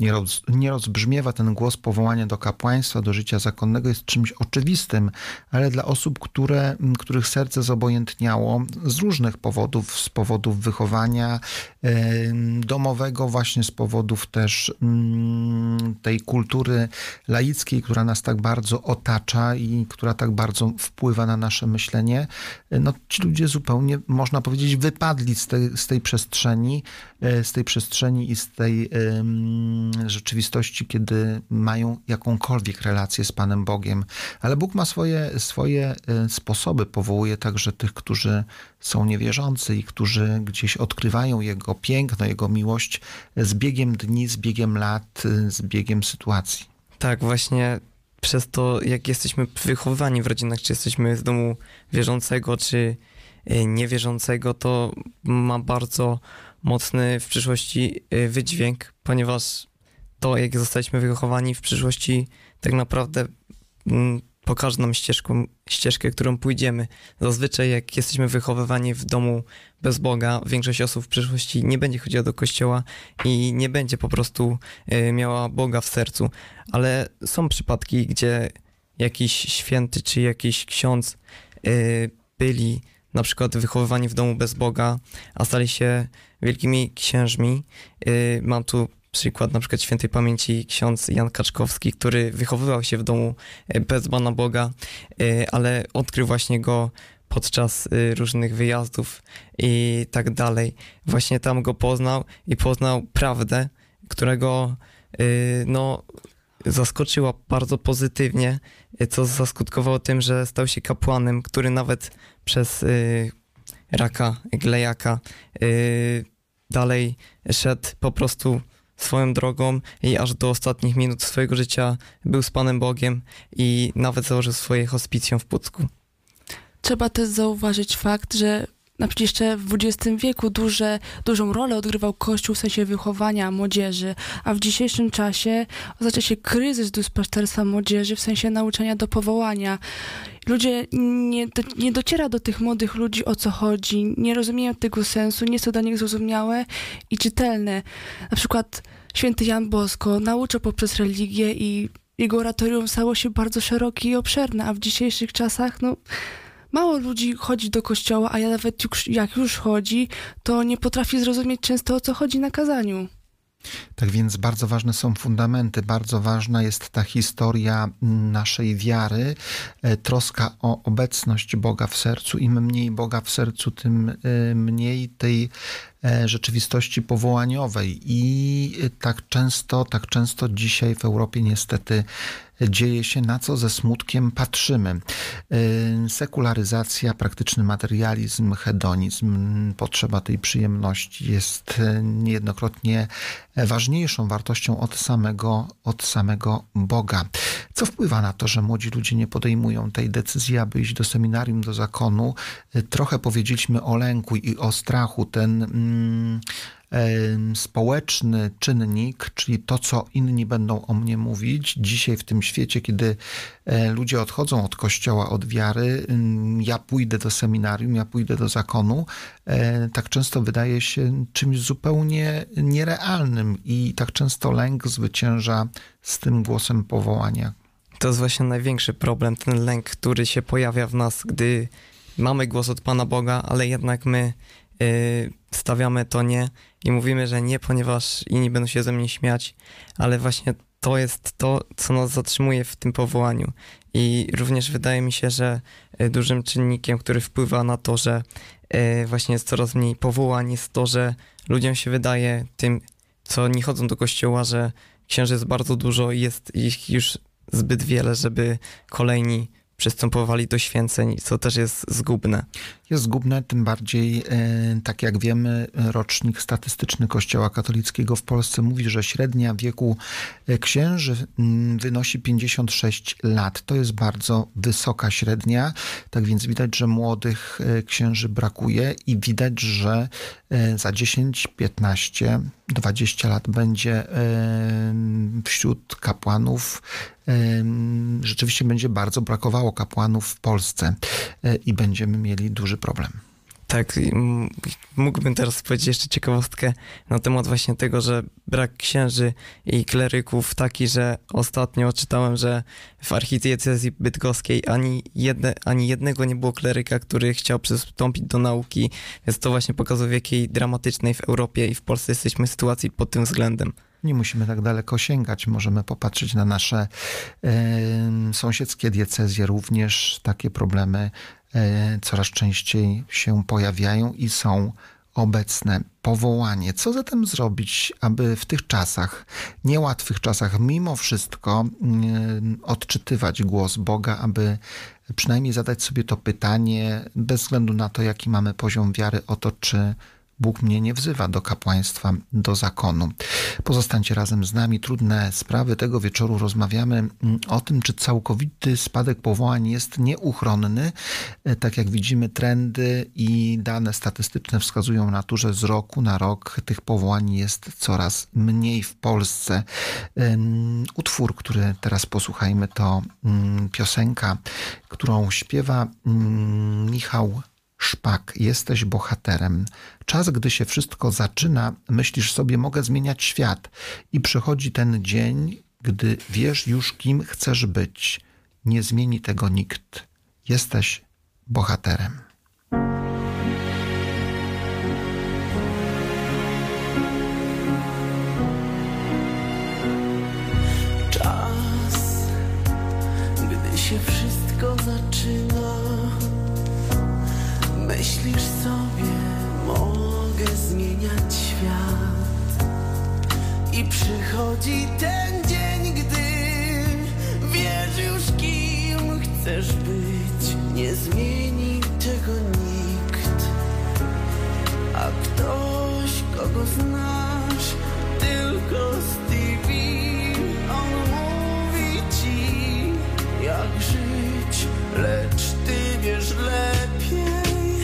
nie, roz, nie rozbrzmiewa ten głos powołania do kapłaństwa, do życia zakonnego jest czymś oczywistym, ale dla osób, które, których serce zobojętniało z różnych powodów, z powodów wychowania domowego, właśnie z powodów też tej kultury laickiej, która nas tak bardzo otacza i która tak bardzo wpływa na nasze myślenie, no ci ludzie zupełnie, można powiedzieć, wypadli z tej, z tej przestrzeni, z tej przestrzeni i z tej um, rzeczywistości, kiedy mają jakąkolwiek relację z Panem Bogiem. Ale Bóg ma swoje, swoje sposoby, powołuje także tych, którzy są niewierzący i którzy gdzieś odkrywają Jego piękno, Jego miłość z biegiem dni, z biegiem lat, z biegiem sytuacji. Tak, właśnie przez to, jak jesteśmy wychowani w rodzinach, czy jesteśmy z domu wierzącego, czy niewierzącego, to ma bardzo mocny w przyszłości wydźwięk, ponieważ to, jak zostaliśmy wychowani w przyszłości, tak naprawdę pokaże nam ścieżką, ścieżkę, którą pójdziemy. Zazwyczaj jak jesteśmy wychowywani w domu bez Boga, większość osób w przyszłości nie będzie chodziła do kościoła i nie będzie po prostu miała Boga w sercu. Ale są przypadki, gdzie jakiś święty czy jakiś ksiądz byli na przykład wychowywani w domu bez Boga, a stali się wielkimi księżmi. Mam tu przykład na przykład świętej pamięci ksiądz Jan Kaczkowski, który wychowywał się w domu bez Pana Boga, ale odkrył właśnie go podczas różnych wyjazdów i tak dalej. Właśnie tam go poznał i poznał prawdę, którego no, zaskoczyła bardzo pozytywnie, co zaskutkowało tym, że stał się kapłanem, który nawet przez raka glejaka dalej szedł po prostu swoją drogą i aż do ostatnich minut swojego życia był z Panem Bogiem i nawet założył swoje hospicjum w Pucku. Trzeba też zauważyć fakt, że na przykład jeszcze w dwudziestym wieku duże, dużą rolę odgrywał Kościół w sensie wychowania młodzieży, a w dzisiejszym czasie zaczyna się kryzys duszpasterstwa młodzieży w sensie nauczania do powołania. Ludzie nie, do, nie dociera do tych młodych ludzi, o co chodzi, nie rozumieją tego sensu, nie jest to dla nich zrozumiałe i czytelne. Na przykład święty Jan Bosko nauczał poprzez religię i jego oratorium stało się bardzo szerokie i obszerne, a w dzisiejszych czasach, no, mało ludzi chodzi do kościoła, a ja nawet już, jak już chodzi, to nie potrafi zrozumieć często, o co chodzi na kazaniu. Tak więc bardzo ważne są fundamenty, bardzo ważna jest ta historia naszej wiary, troska o obecność Boga w sercu. Im mniej Boga w sercu, tym mniej tej rzeczywistości powołaniowej. I tak często, tak często dzisiaj w Europie niestety dzieje się, na co ze smutkiem patrzymy. Sekularyzacja, praktyczny materializm, hedonizm, potrzeba tej przyjemności jest niejednokrotnie ważniejszą wartością od samego, od samego Boga. Co wpływa na to, że młodzi ludzie nie podejmują tej decyzji, aby iść do seminarium, do zakonu? Trochę powiedzieliśmy o lęku i o strachu. Ten mm, społeczny czynnik, czyli to, co inni będą o mnie mówić. Dzisiaj w tym świecie, kiedy ludzie odchodzą od kościoła, od wiary, ja pójdę do seminarium, ja pójdę do zakonu, tak często wydaje się czymś zupełnie nierealnym i tak często lęk zwycięża z tym głosem powołania. To jest właśnie największy problem, ten lęk, który się pojawia w nas, gdy mamy głos od Pana Boga, ale jednak my yy, stawiamy to nie i mówimy, że nie, ponieważ inni będą się ze mnie śmiać, ale właśnie to jest to, co nas zatrzymuje w tym powołaniu. I również wydaje mi się, że dużym czynnikiem, który wpływa na to, że właśnie jest coraz mniej powołań, jest to, że ludziom się wydaje, tym, co nie chodzą do kościoła, że księży jest bardzo dużo i jest ich już zbyt wiele, żeby kolejni przystępowali do święceń, co też jest zgubne. Jest zgubne, tym bardziej, tak jak wiemy, rocznik statystyczny Kościoła katolickiego w Polsce mówi, że średnia wieku księży wynosi pięćdziesiąt sześć lat. To jest bardzo wysoka średnia, tak więc widać, że młodych księży brakuje i widać, że za dziesięć, piętnaście, dwadzieścia lat będzie wśród kapłanów, rzeczywiście będzie bardzo brakowało kapłanów w Polsce i będziemy mieli duży problem. Tak, m- mógłbym teraz powiedzieć jeszcze ciekawostkę na temat właśnie tego, że brak księży i kleryków taki, że ostatnio czytałem, że w archidiecezji bydgoskiej ani, jedne, ani jednego nie było kleryka, który chciał przystąpić do nauki, więc to właśnie pokazuje, w jakiej dramatycznej w Europie i w Polsce jesteśmy sytuacji pod tym względem. Nie musimy tak daleko sięgać. Możemy popatrzeć na nasze e, sąsiedzkie diecezje. Również takie problemy e, coraz częściej się pojawiają i są obecne. Powołanie. Co zatem zrobić, aby w tych czasach, niełatwych czasach, mimo wszystko e, odczytywać głos Boga, aby przynajmniej zadać sobie to pytanie, bez względu na to, jaki mamy poziom wiary, o to, czy Bóg mnie nie wzywa do kapłaństwa, do zakonu. Pozostańcie razem z nami. Trudne sprawy tego wieczoru. Rozmawiamy o tym, czy całkowity spadek powołań jest nieuchronny. Tak jak widzimy, trendy i dane statystyczne wskazują na to, że z roku na rok tych powołań jest coraz mniej w Polsce. Utwór, który teraz posłuchajmy, to piosenka, którą śpiewa Michał Szpak. Jesteś bohaterem. Czas, gdy się wszystko zaczyna, myślisz sobie, mogę zmieniać świat. I przychodzi ten dzień, gdy wiesz już, kim chcesz być. Nie zmieni tego nikt. Jesteś bohaterem. Czas, gdy się wszystko zaczyna, myślisz sobie, mogę zmieniać świat. I przychodzi ten dzień, gdy wiesz już, kim chcesz być. Nie zmieni tego nikt. A ktoś, kogo znasz, tylko z T V, on mówi ci, jak żyć, lecz ty wiesz lepiej.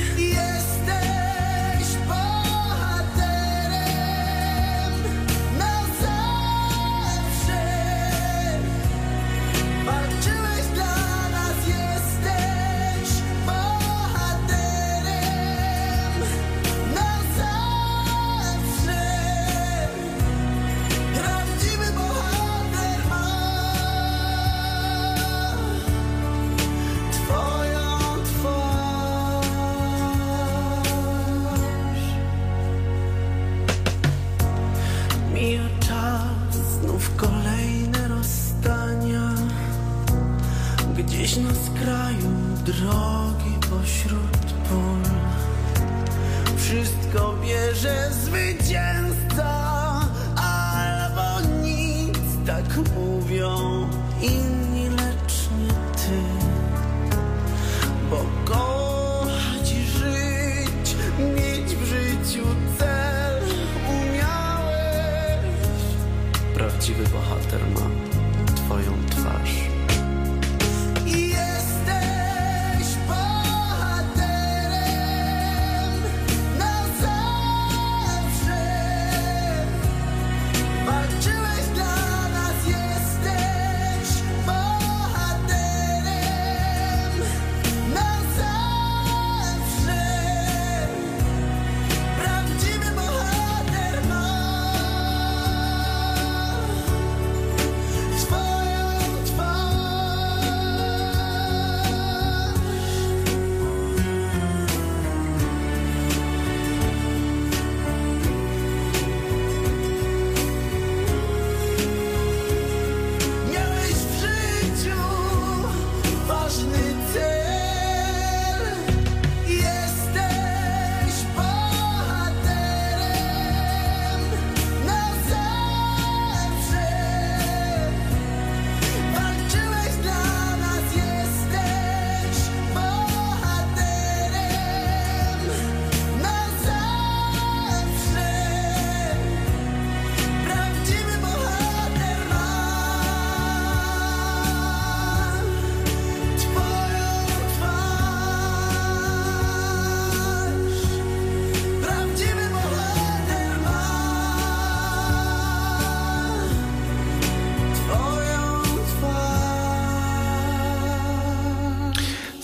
Gdzieś na skraju drogi pośród pól wszystko bierze zwycięzca, albo nic, tak mówią inni, lecz nie ty. Bo kochać i żyć, mieć w życiu cel umiałeś. Prawdziwy bohater ma twoją twarz.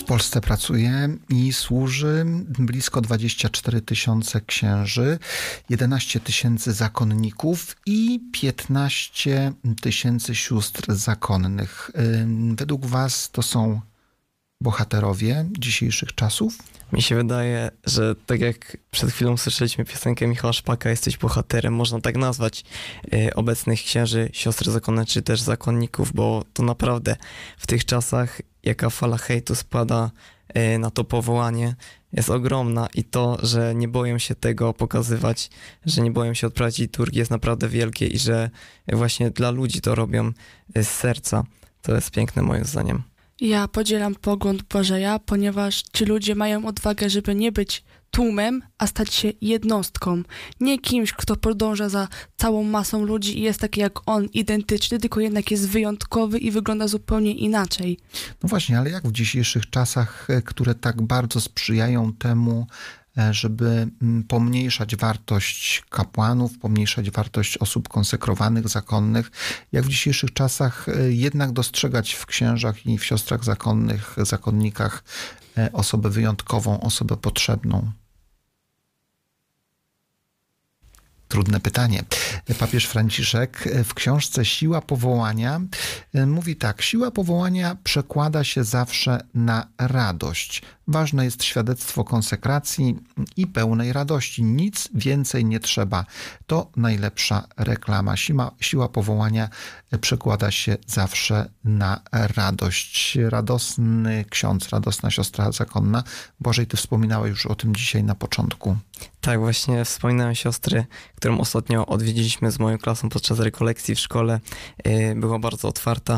W Polsce pracuje i służy blisko dwadzieścia cztery tysiące księży, jedenaście tysięcy zakonników i piętnaście tysięcy sióstr zakonnych. Według was to są bohaterowie dzisiejszych czasów? Mi się wydaje, że tak jak przed chwilą słyszeliśmy piosenkę Michała Szpaka, jesteś bohaterem, można tak nazwać y, obecnych księży, siostry zakonne, czy też zakonników, bo to naprawdę w tych czasach, jaka fala hejtu spada y, na to powołanie, jest ogromna i to, że nie boją się tego pokazywać, że nie boją się odprawiać liturgii, jest naprawdę wielkie i że właśnie dla ludzi to robią z serca. To jest piękne moim zdaniem. Ja podzielam pogląd Błażeja, ponieważ ci ludzie mają odwagę, żeby nie być tłumem, a stać się jednostką. Nie kimś, kto podąża za całą masą ludzi i jest taki jak on, identyczny, tylko jednak jest wyjątkowy i wygląda zupełnie inaczej. No właśnie, ale jak w dzisiejszych czasach, które tak bardzo sprzyjają temu, żeby pomniejszać wartość kapłanów, pomniejszać wartość osób konsekrowanych, zakonnych, jak w dzisiejszych czasach jednak dostrzegać w księżach i w siostrach zakonnych, zakonnikach osobę wyjątkową, osobę potrzebną? Trudne pytanie. Papież Franciszek w książce Siła powołania mówi tak: siła powołania przekłada się zawsze na radość. Ważne jest świadectwo konsekracji i pełnej radości. Nic więcej nie trzeba. To najlepsza reklama. Siła, siła powołania przekłada się zawsze na radość. Radosny ksiądz, radosna siostra zakonna. Błażej, ty wspominałeś już o tym dzisiaj na początku. Tak, właśnie wspominałem siostry, którą ostatnio odwiedziliśmy z moją klasą podczas rekolekcji w szkole. Była bardzo otwarta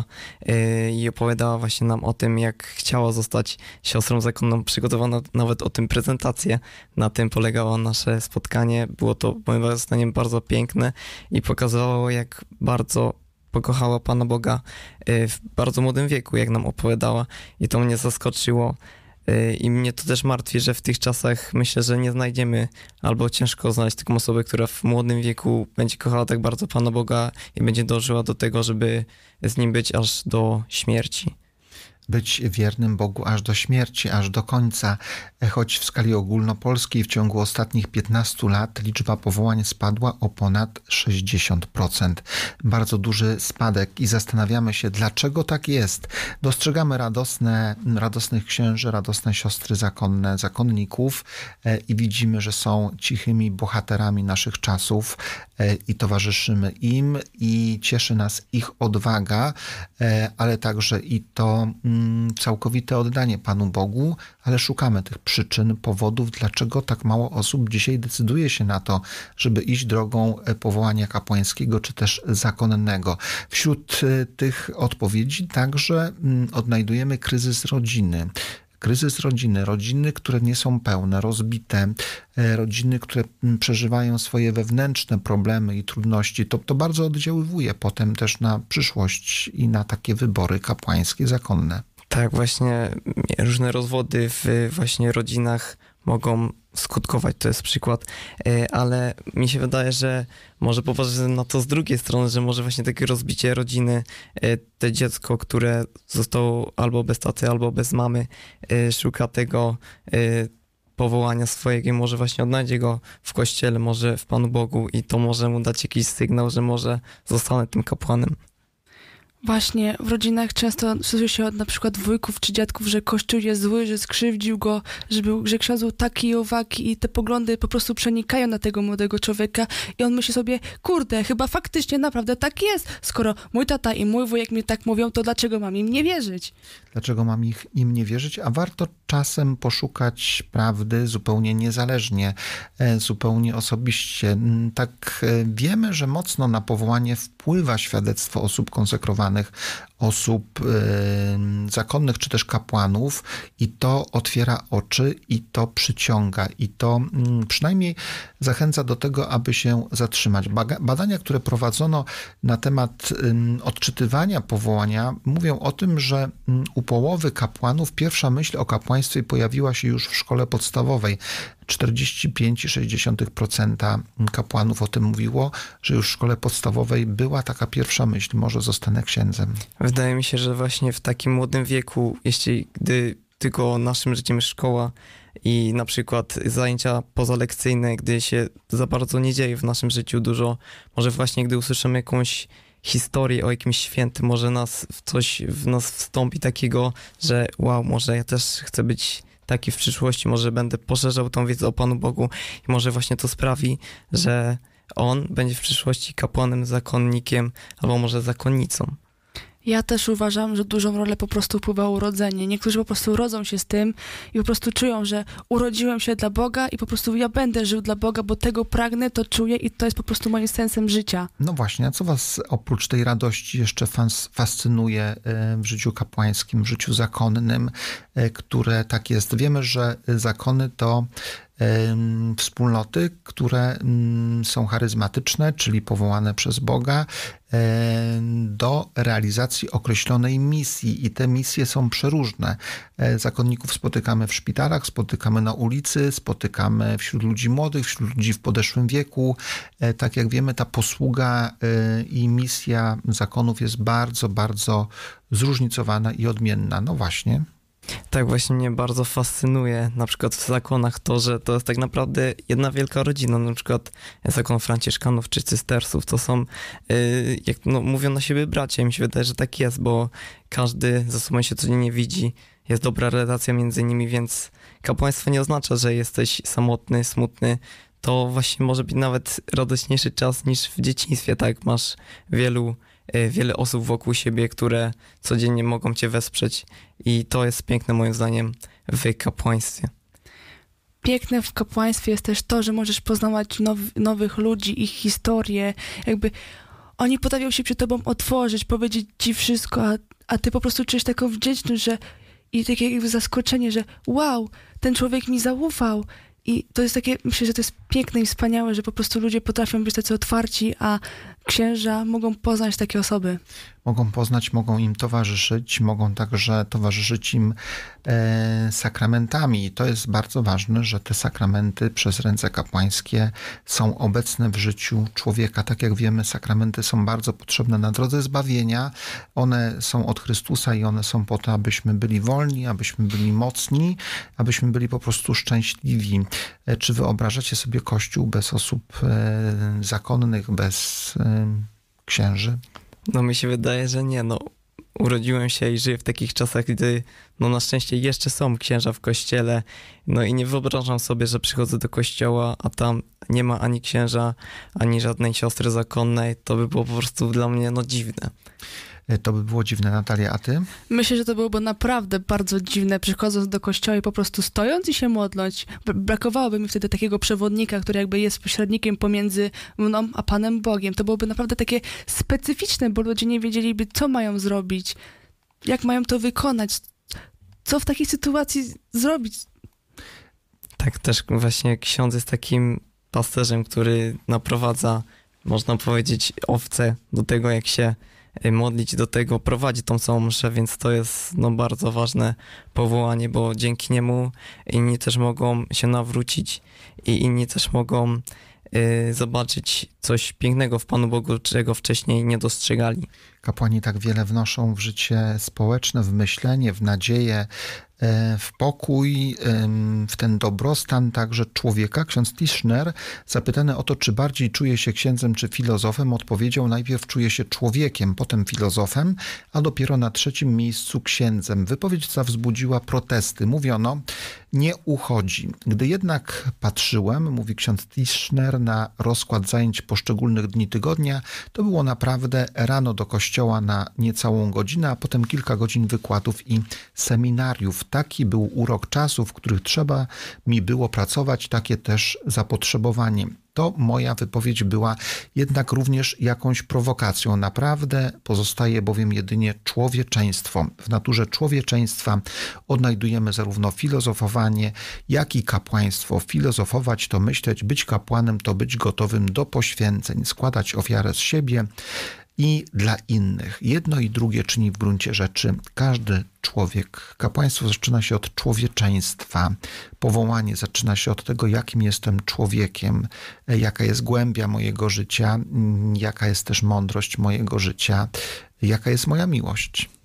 i opowiadała właśnie nam o tym, jak chciała zostać siostrą zakonną. Przygotowano nawet o tym prezentację. Na tym polegało nasze spotkanie. Było to moim zdaniem bardzo piękne i pokazywało, jak bardzo pokochała Pana Boga w bardzo młodym wieku, jak nam opowiadała. I to mnie zaskoczyło. I mnie to też martwi, że w tych czasach myślę, że nie znajdziemy, albo ciężko znaleźć taką osobę, która w młodym wieku będzie kochała tak bardzo Pana Boga i będzie dążyła do tego, żeby z Nim być aż do śmierci. Być wiernym Bogu aż do śmierci, aż do końca. Choć w skali ogólnopolskiej w ciągu ostatnich piętnastu lat liczba powołań spadła o ponad sześćdziesiąt procent. Bardzo duży spadek i zastanawiamy się, dlaczego tak jest. Dostrzegamy radosne, radosnych księży, radosne siostry zakonne, zakonników i widzimy, że są cichymi bohaterami naszych czasów i towarzyszymy im i cieszy nas ich odwaga, ale także i to całkowite oddanie Panu Bogu, ale szukamy tych przyczyn, powodów, dlaczego tak mało osób dzisiaj decyduje się na to, żeby iść drogą powołania kapłańskiego czy też zakonnego. Wśród tych odpowiedzi także odnajdujemy kryzys rodziny. Kryzys rodziny, rodziny, które nie są pełne, rozbite, rodziny, które przeżywają swoje wewnętrzne problemy i trudności. To, to bardzo oddziaływuje potem też na przyszłość i na takie wybory kapłańskie, zakonne. Tak, właśnie różne rozwody w właśnie rodzinach mogą skutkować, to jest przykład, ale mi się wydaje, że może popatrzeć na to z drugiej strony, że może właśnie takie rozbicie rodziny, te dziecko, które zostało albo bez taty, albo bez mamy, szuka tego powołania swojego i może właśnie odnajdzie go w kościele, może w Panu Bogu i to może mu dać jakiś sygnał, że może zostanę tym kapłanem. Właśnie w rodzinach często słyszy się od na przykład wujków czy dziadków, że Kościół jest zły, że skrzywdził go, że, był, że ksiądz był taki i owaki i te poglądy po prostu przenikają na tego młodego człowieka i on myśli sobie, kurde, chyba faktycznie naprawdę tak jest. Skoro mój tata i mój wujek mi tak mówią, to dlaczego mam im nie wierzyć? Dlaczego mam ich, im nie wierzyć? A warto czasem poszukać prawdy zupełnie niezależnie, zupełnie osobiście. Tak wiemy, że mocno na powołanie wpływa świadectwo osób konsekrowanych, osób y, zakonnych czy też kapłanów i to otwiera oczy i to przyciąga i to y, przynajmniej zachęca do tego, aby się zatrzymać. Baga- badania, które prowadzono na temat y, odczytywania powołania, mówią o tym, że y, u połowy kapłanów pierwsza myśl o kapłaństwie pojawiła się już w szkole podstawowej. czterdzieści pięć przecinek sześć procent kapłanów o tym mówiło, że już w szkole podstawowej była taka pierwsza myśl, może zostanę księdzem. Wydaje mi się, że właśnie w takim młodym wieku, jeśli gdy tylko naszym życiem jest szkoła i na przykład zajęcia pozalekcyjne, gdy się za bardzo nie dzieje w naszym życiu dużo, może właśnie gdy usłyszymy jakąś historię o jakimś świętym, może nas w coś w nas wstąpi takiego, że wow, może ja też chcę być taki w przyszłości, może będę poszerzał tą wiedzę o Panu Bogu i może właśnie to sprawi, że on będzie w przyszłości kapłanem, zakonnikiem albo może zakonnicą. Ja też uważam, że dużą rolę po prostu wpływa urodzenie. Niektórzy po prostu rodzą się z tym i po prostu czują, że urodziłem się dla Boga i po prostu ja będę żył dla Boga, bo tego pragnę, to czuję i to jest po prostu moim sensem życia. No właśnie, a co was oprócz tej radości jeszcze fas- fascynuje w życiu kapłańskim, w życiu zakonnym, które tak jest? Wiemy, że zakony to wspólnoty, które są charyzmatyczne, czyli powołane przez Boga do realizacji określonej misji i te misje są przeróżne. Zakonników spotykamy w szpitalach, spotykamy na ulicy, spotykamy wśród ludzi młodych, wśród ludzi w podeszłym wieku. Tak jak wiemy, ta posługa i misja zakonów jest bardzo, bardzo zróżnicowana i odmienna. No właśnie. Tak, właśnie mnie bardzo fascynuje na przykład w zakonach to, że to jest tak naprawdę jedna wielka rodzina, na przykład zakon franciszkanów czy cystersów, to są, yy, jak no, mówią na siebie bracia, mi się wydaje, że tak jest, bo każdy ze sobą się codziennie widzi, jest dobra relacja między nimi, więc kapłaństwo nie oznacza, że jesteś samotny, smutny, to właśnie może być nawet radośniejszy czas niż w dzieciństwie, tak, masz wielu wiele osób wokół siebie, które codziennie mogą cię wesprzeć i to jest piękne moim zdaniem w kapłaństwie. Piękne w kapłaństwie jest też to, że możesz poznawać now, nowych ludzi, ich historię, jakby oni potrafią się przed tobą otworzyć, powiedzieć ci wszystko, a, a ty po prostu czujesz taką wdzięczność, że i takie jakby zaskoczenie, że wow, ten człowiek mi zaufał. I to jest takie, myślę, że to jest piękne i wspaniałe, że po prostu ludzie potrafią być tacy otwarci, a księża mogą poznać takie osoby. Mogą poznać, mogą im towarzyszyć, mogą także towarzyszyć im e, sakramentami. I to jest bardzo ważne, że te sakramenty przez ręce kapłańskie są obecne w życiu człowieka. Tak jak wiemy, sakramenty są bardzo potrzebne na drodze zbawienia. One są od Chrystusa i one są po to, abyśmy byli wolni, abyśmy byli mocni, abyśmy byli po prostu szczęśliwi. E, czy wyobrażacie sobie Kościół bez osób e, zakonnych, bez e, księży? No mi się wydaje, że nie, no urodziłem się i żyję w takich czasach, gdy no na szczęście jeszcze są księża w kościele, no i nie wyobrażam sobie, że przychodzę do kościoła, a tam nie ma ani księża, ani żadnej siostry zakonnej, to by było po prostu dla mnie no dziwne. To by było dziwne. Natalia, a ty? Myślę, że to byłoby naprawdę bardzo dziwne, przychodząc do kościoła i po prostu stojąc i się modląć. Brakowałoby mi wtedy takiego przewodnika, który jakby jest pośrednikiem pomiędzy mną a Panem Bogiem. To byłoby naprawdę takie specyficzne, bo ludzie nie wiedzieliby, co mają zrobić, jak mają to wykonać, co w takiej sytuacji zrobić. Tak, też właśnie ksiądz jest takim pasterzem, który naprowadza, można powiedzieć, owce do tego, jak się modlić, do tego prowadzi tą całą mszę, więc to jest no, bardzo ważne powołanie, bo dzięki niemu inni też mogą się nawrócić i inni też mogą y, zobaczyć coś pięknego w Panu Bogu, czego wcześniej nie dostrzegali. Kapłani tak wiele wnoszą w życie społeczne, w myślenie, w nadzieję, w pokój, w ten dobrostan także człowieka. Ksiądz Tischner, zapytany o to, czy bardziej czuje się księdzem czy filozofem, odpowiedział: najpierw czuje się człowiekiem, potem filozofem, a dopiero na trzecim miejscu księdzem. Wypowiedź ta wzbudziła protesty. Mówiono: nie uchodzi. Gdy jednak patrzyłem, mówi ksiądz Tischner, na rozkład zajęć poszczególnych dni tygodnia, to było naprawdę rano do kościoła na niecałą godzinę, a potem kilka godzin wykładów i seminariów. Taki był urok czasu, w których trzeba mi było pracować, takie też zapotrzebowanie. To moja wypowiedź była jednak również jakąś prowokacją. Naprawdę pozostaje bowiem jedynie człowieczeństwo. W naturze człowieczeństwa odnajdujemy zarówno filozofowanie, jak i kapłaństwo. Filozofować to myśleć, być kapłanem to być gotowym do poświęceń, składać ofiarę z siebie i dla innych. Jedno i drugie czyni w gruncie rzeczy każdy człowiek. Kapłaństwo zaczyna się od człowieczeństwa. Powołanie zaczyna się od tego, jakim jestem człowiekiem, jaka jest głębia mojego życia, jaka jest też mądrość mojego życia, jaka jest moja miłość.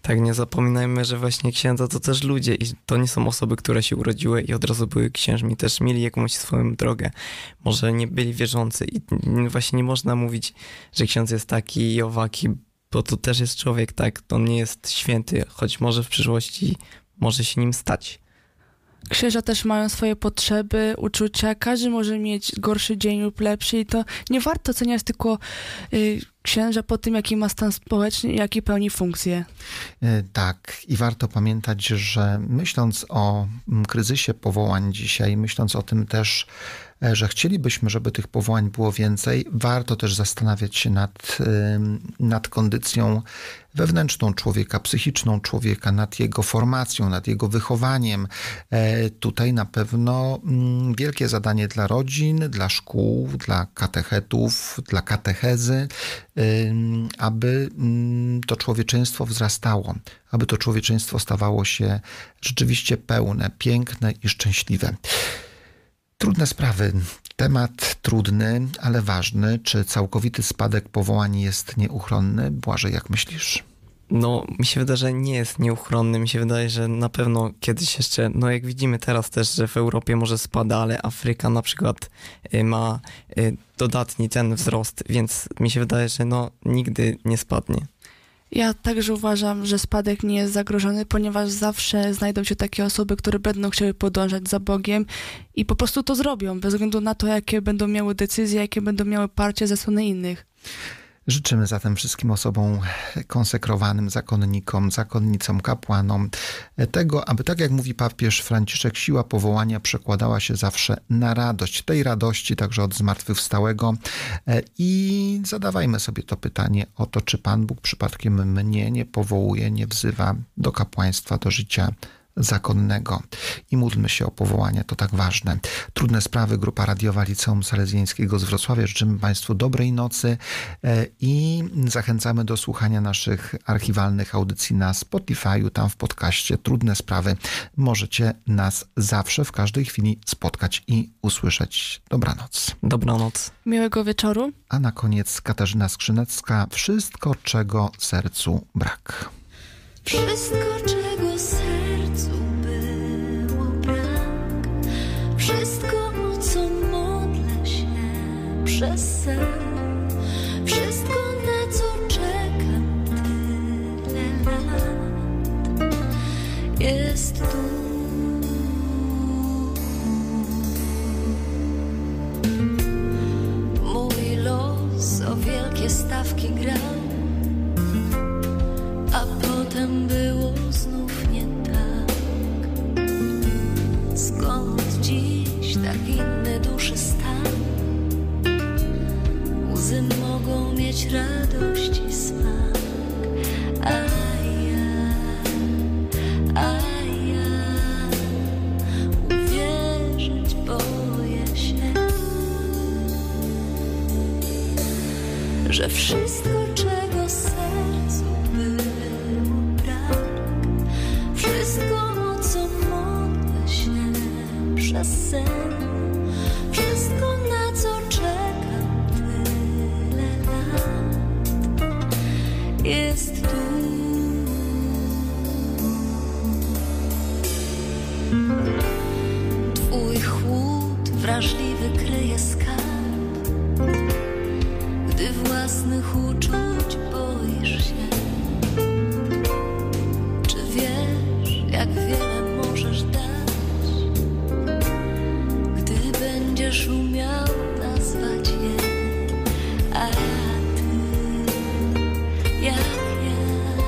Tak, nie zapominajmy, że właśnie księdza to też ludzie i to nie są osoby, które się urodziły i od razu były księżmi, też mieli jakąś swoją drogę. Może nie byli wierzący i właśnie nie można mówić, że ksiądz jest taki i owaki, bo to też jest człowiek, tak? On nie jest święty, choć może w przyszłości może się nim stać. Księża też mają swoje potrzeby, uczucia, każdy może mieć gorszy dzień lub lepszy i to nie warto oceniać tylko y, księża po tym, jaki ma stan społeczny i jaki pełni funkcję. Tak, i warto pamiętać, że myśląc o kryzysie powołań dzisiaj, myśląc o tym też, że chcielibyśmy, żeby tych powołań było więcej, warto też zastanawiać się nad, nad kondycją wewnętrzną człowieka, psychiczną człowieka, nad jego formacją, nad jego wychowaniem. Tutaj na pewno wielkie zadanie dla rodzin, dla szkół, dla katechetów, dla katechezy, aby to człowieczeństwo wzrastało, aby to człowieczeństwo stawało się rzeczywiście pełne, piękne i szczęśliwe. Trudne sprawy. Temat trudny, ale ważny. Czy całkowity spadek powołań jest nieuchronny? Błażej, jak myślisz? No, mi się wydaje, że nie jest nieuchronny. Mi się wydaje, że na pewno kiedyś jeszcze, no jak widzimy teraz też, że w Europie może spada, ale Afryka na przykład ma dodatni ten wzrost, więc mi się wydaje, że no nigdy nie spadnie. Ja także uważam, że spadek nie jest zagrożony, ponieważ zawsze znajdą się takie osoby, które będą chciały podążać za Bogiem i po prostu to zrobią, bez względu na to, jakie będą miały decyzje, jakie będą miały parcie ze strony innych. Życzymy zatem wszystkim osobom konsekrowanym, zakonnikom, zakonnicom, kapłanom tego, aby tak jak mówi papież Franciszek, siła powołania przekładała się zawsze na radość. Tej radości także od zmartwychwstałego i zadawajmy sobie to pytanie o to, czy Pan Bóg przypadkiem mnie nie powołuje, nie wzywa do kapłaństwa, do życia zakonnego. I módlmy się o powołanie, to tak ważne. Trudne sprawy, grupa radiowa Liceum Salezjańskiego z Wrocławia. Życzymy Państwu dobrej nocy i zachęcamy do słuchania naszych archiwalnych audycji na Spotify'u, tam w podcaście Trudne Sprawy. Możecie nas zawsze, w każdej chwili spotkać i usłyszeć. Dobranoc. Dobranoc. Miłego wieczoru. A na koniec Katarzyna Skrzynecka. Wszystko, czego sercu brak. Wszystko, czego sercu było brak, wszystko, o co modlę się przez sen, wszystko, na co czekam tyle lat, jest tu. Mój los o wielkie stawki grał, a potem było znów nie tak. Skąd dziś tak inny duszy stan? Łzy mogą mieć radość i smak, a ja, a ja uwierzyć boję się, że wszystko, czego sercu było brak, wszystko, o co modlę się przez sen, wszystko, na co czekam tyle lat, jest tu. Twój chłód wrażliwy kryje skarb, gdy własnych uczuć boisz się. Czy wiesz, jak wiele możesz dać, gdy będziesz umiał nazwać je? A ty, jak ja,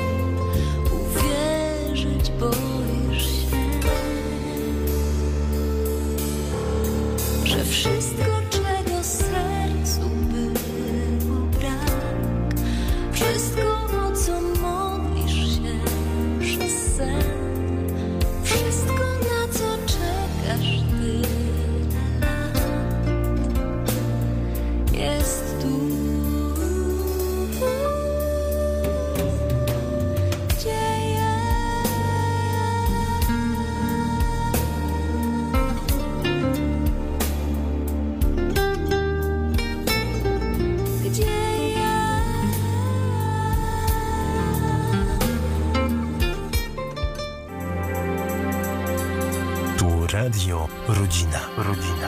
uwierzyć boisz się, że wszystko, czego sercu było brak, wszystko, o co modlisz się przez sen, wszystko, na co czekasz tyle lat, jest tu. Gdzie jest Radio Rodzina. Rodzina.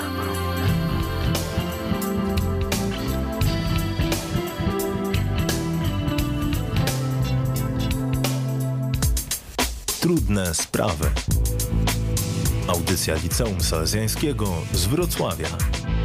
Trudne sprawy. Audycja Liceum Salezjańskiego z Wrocławia.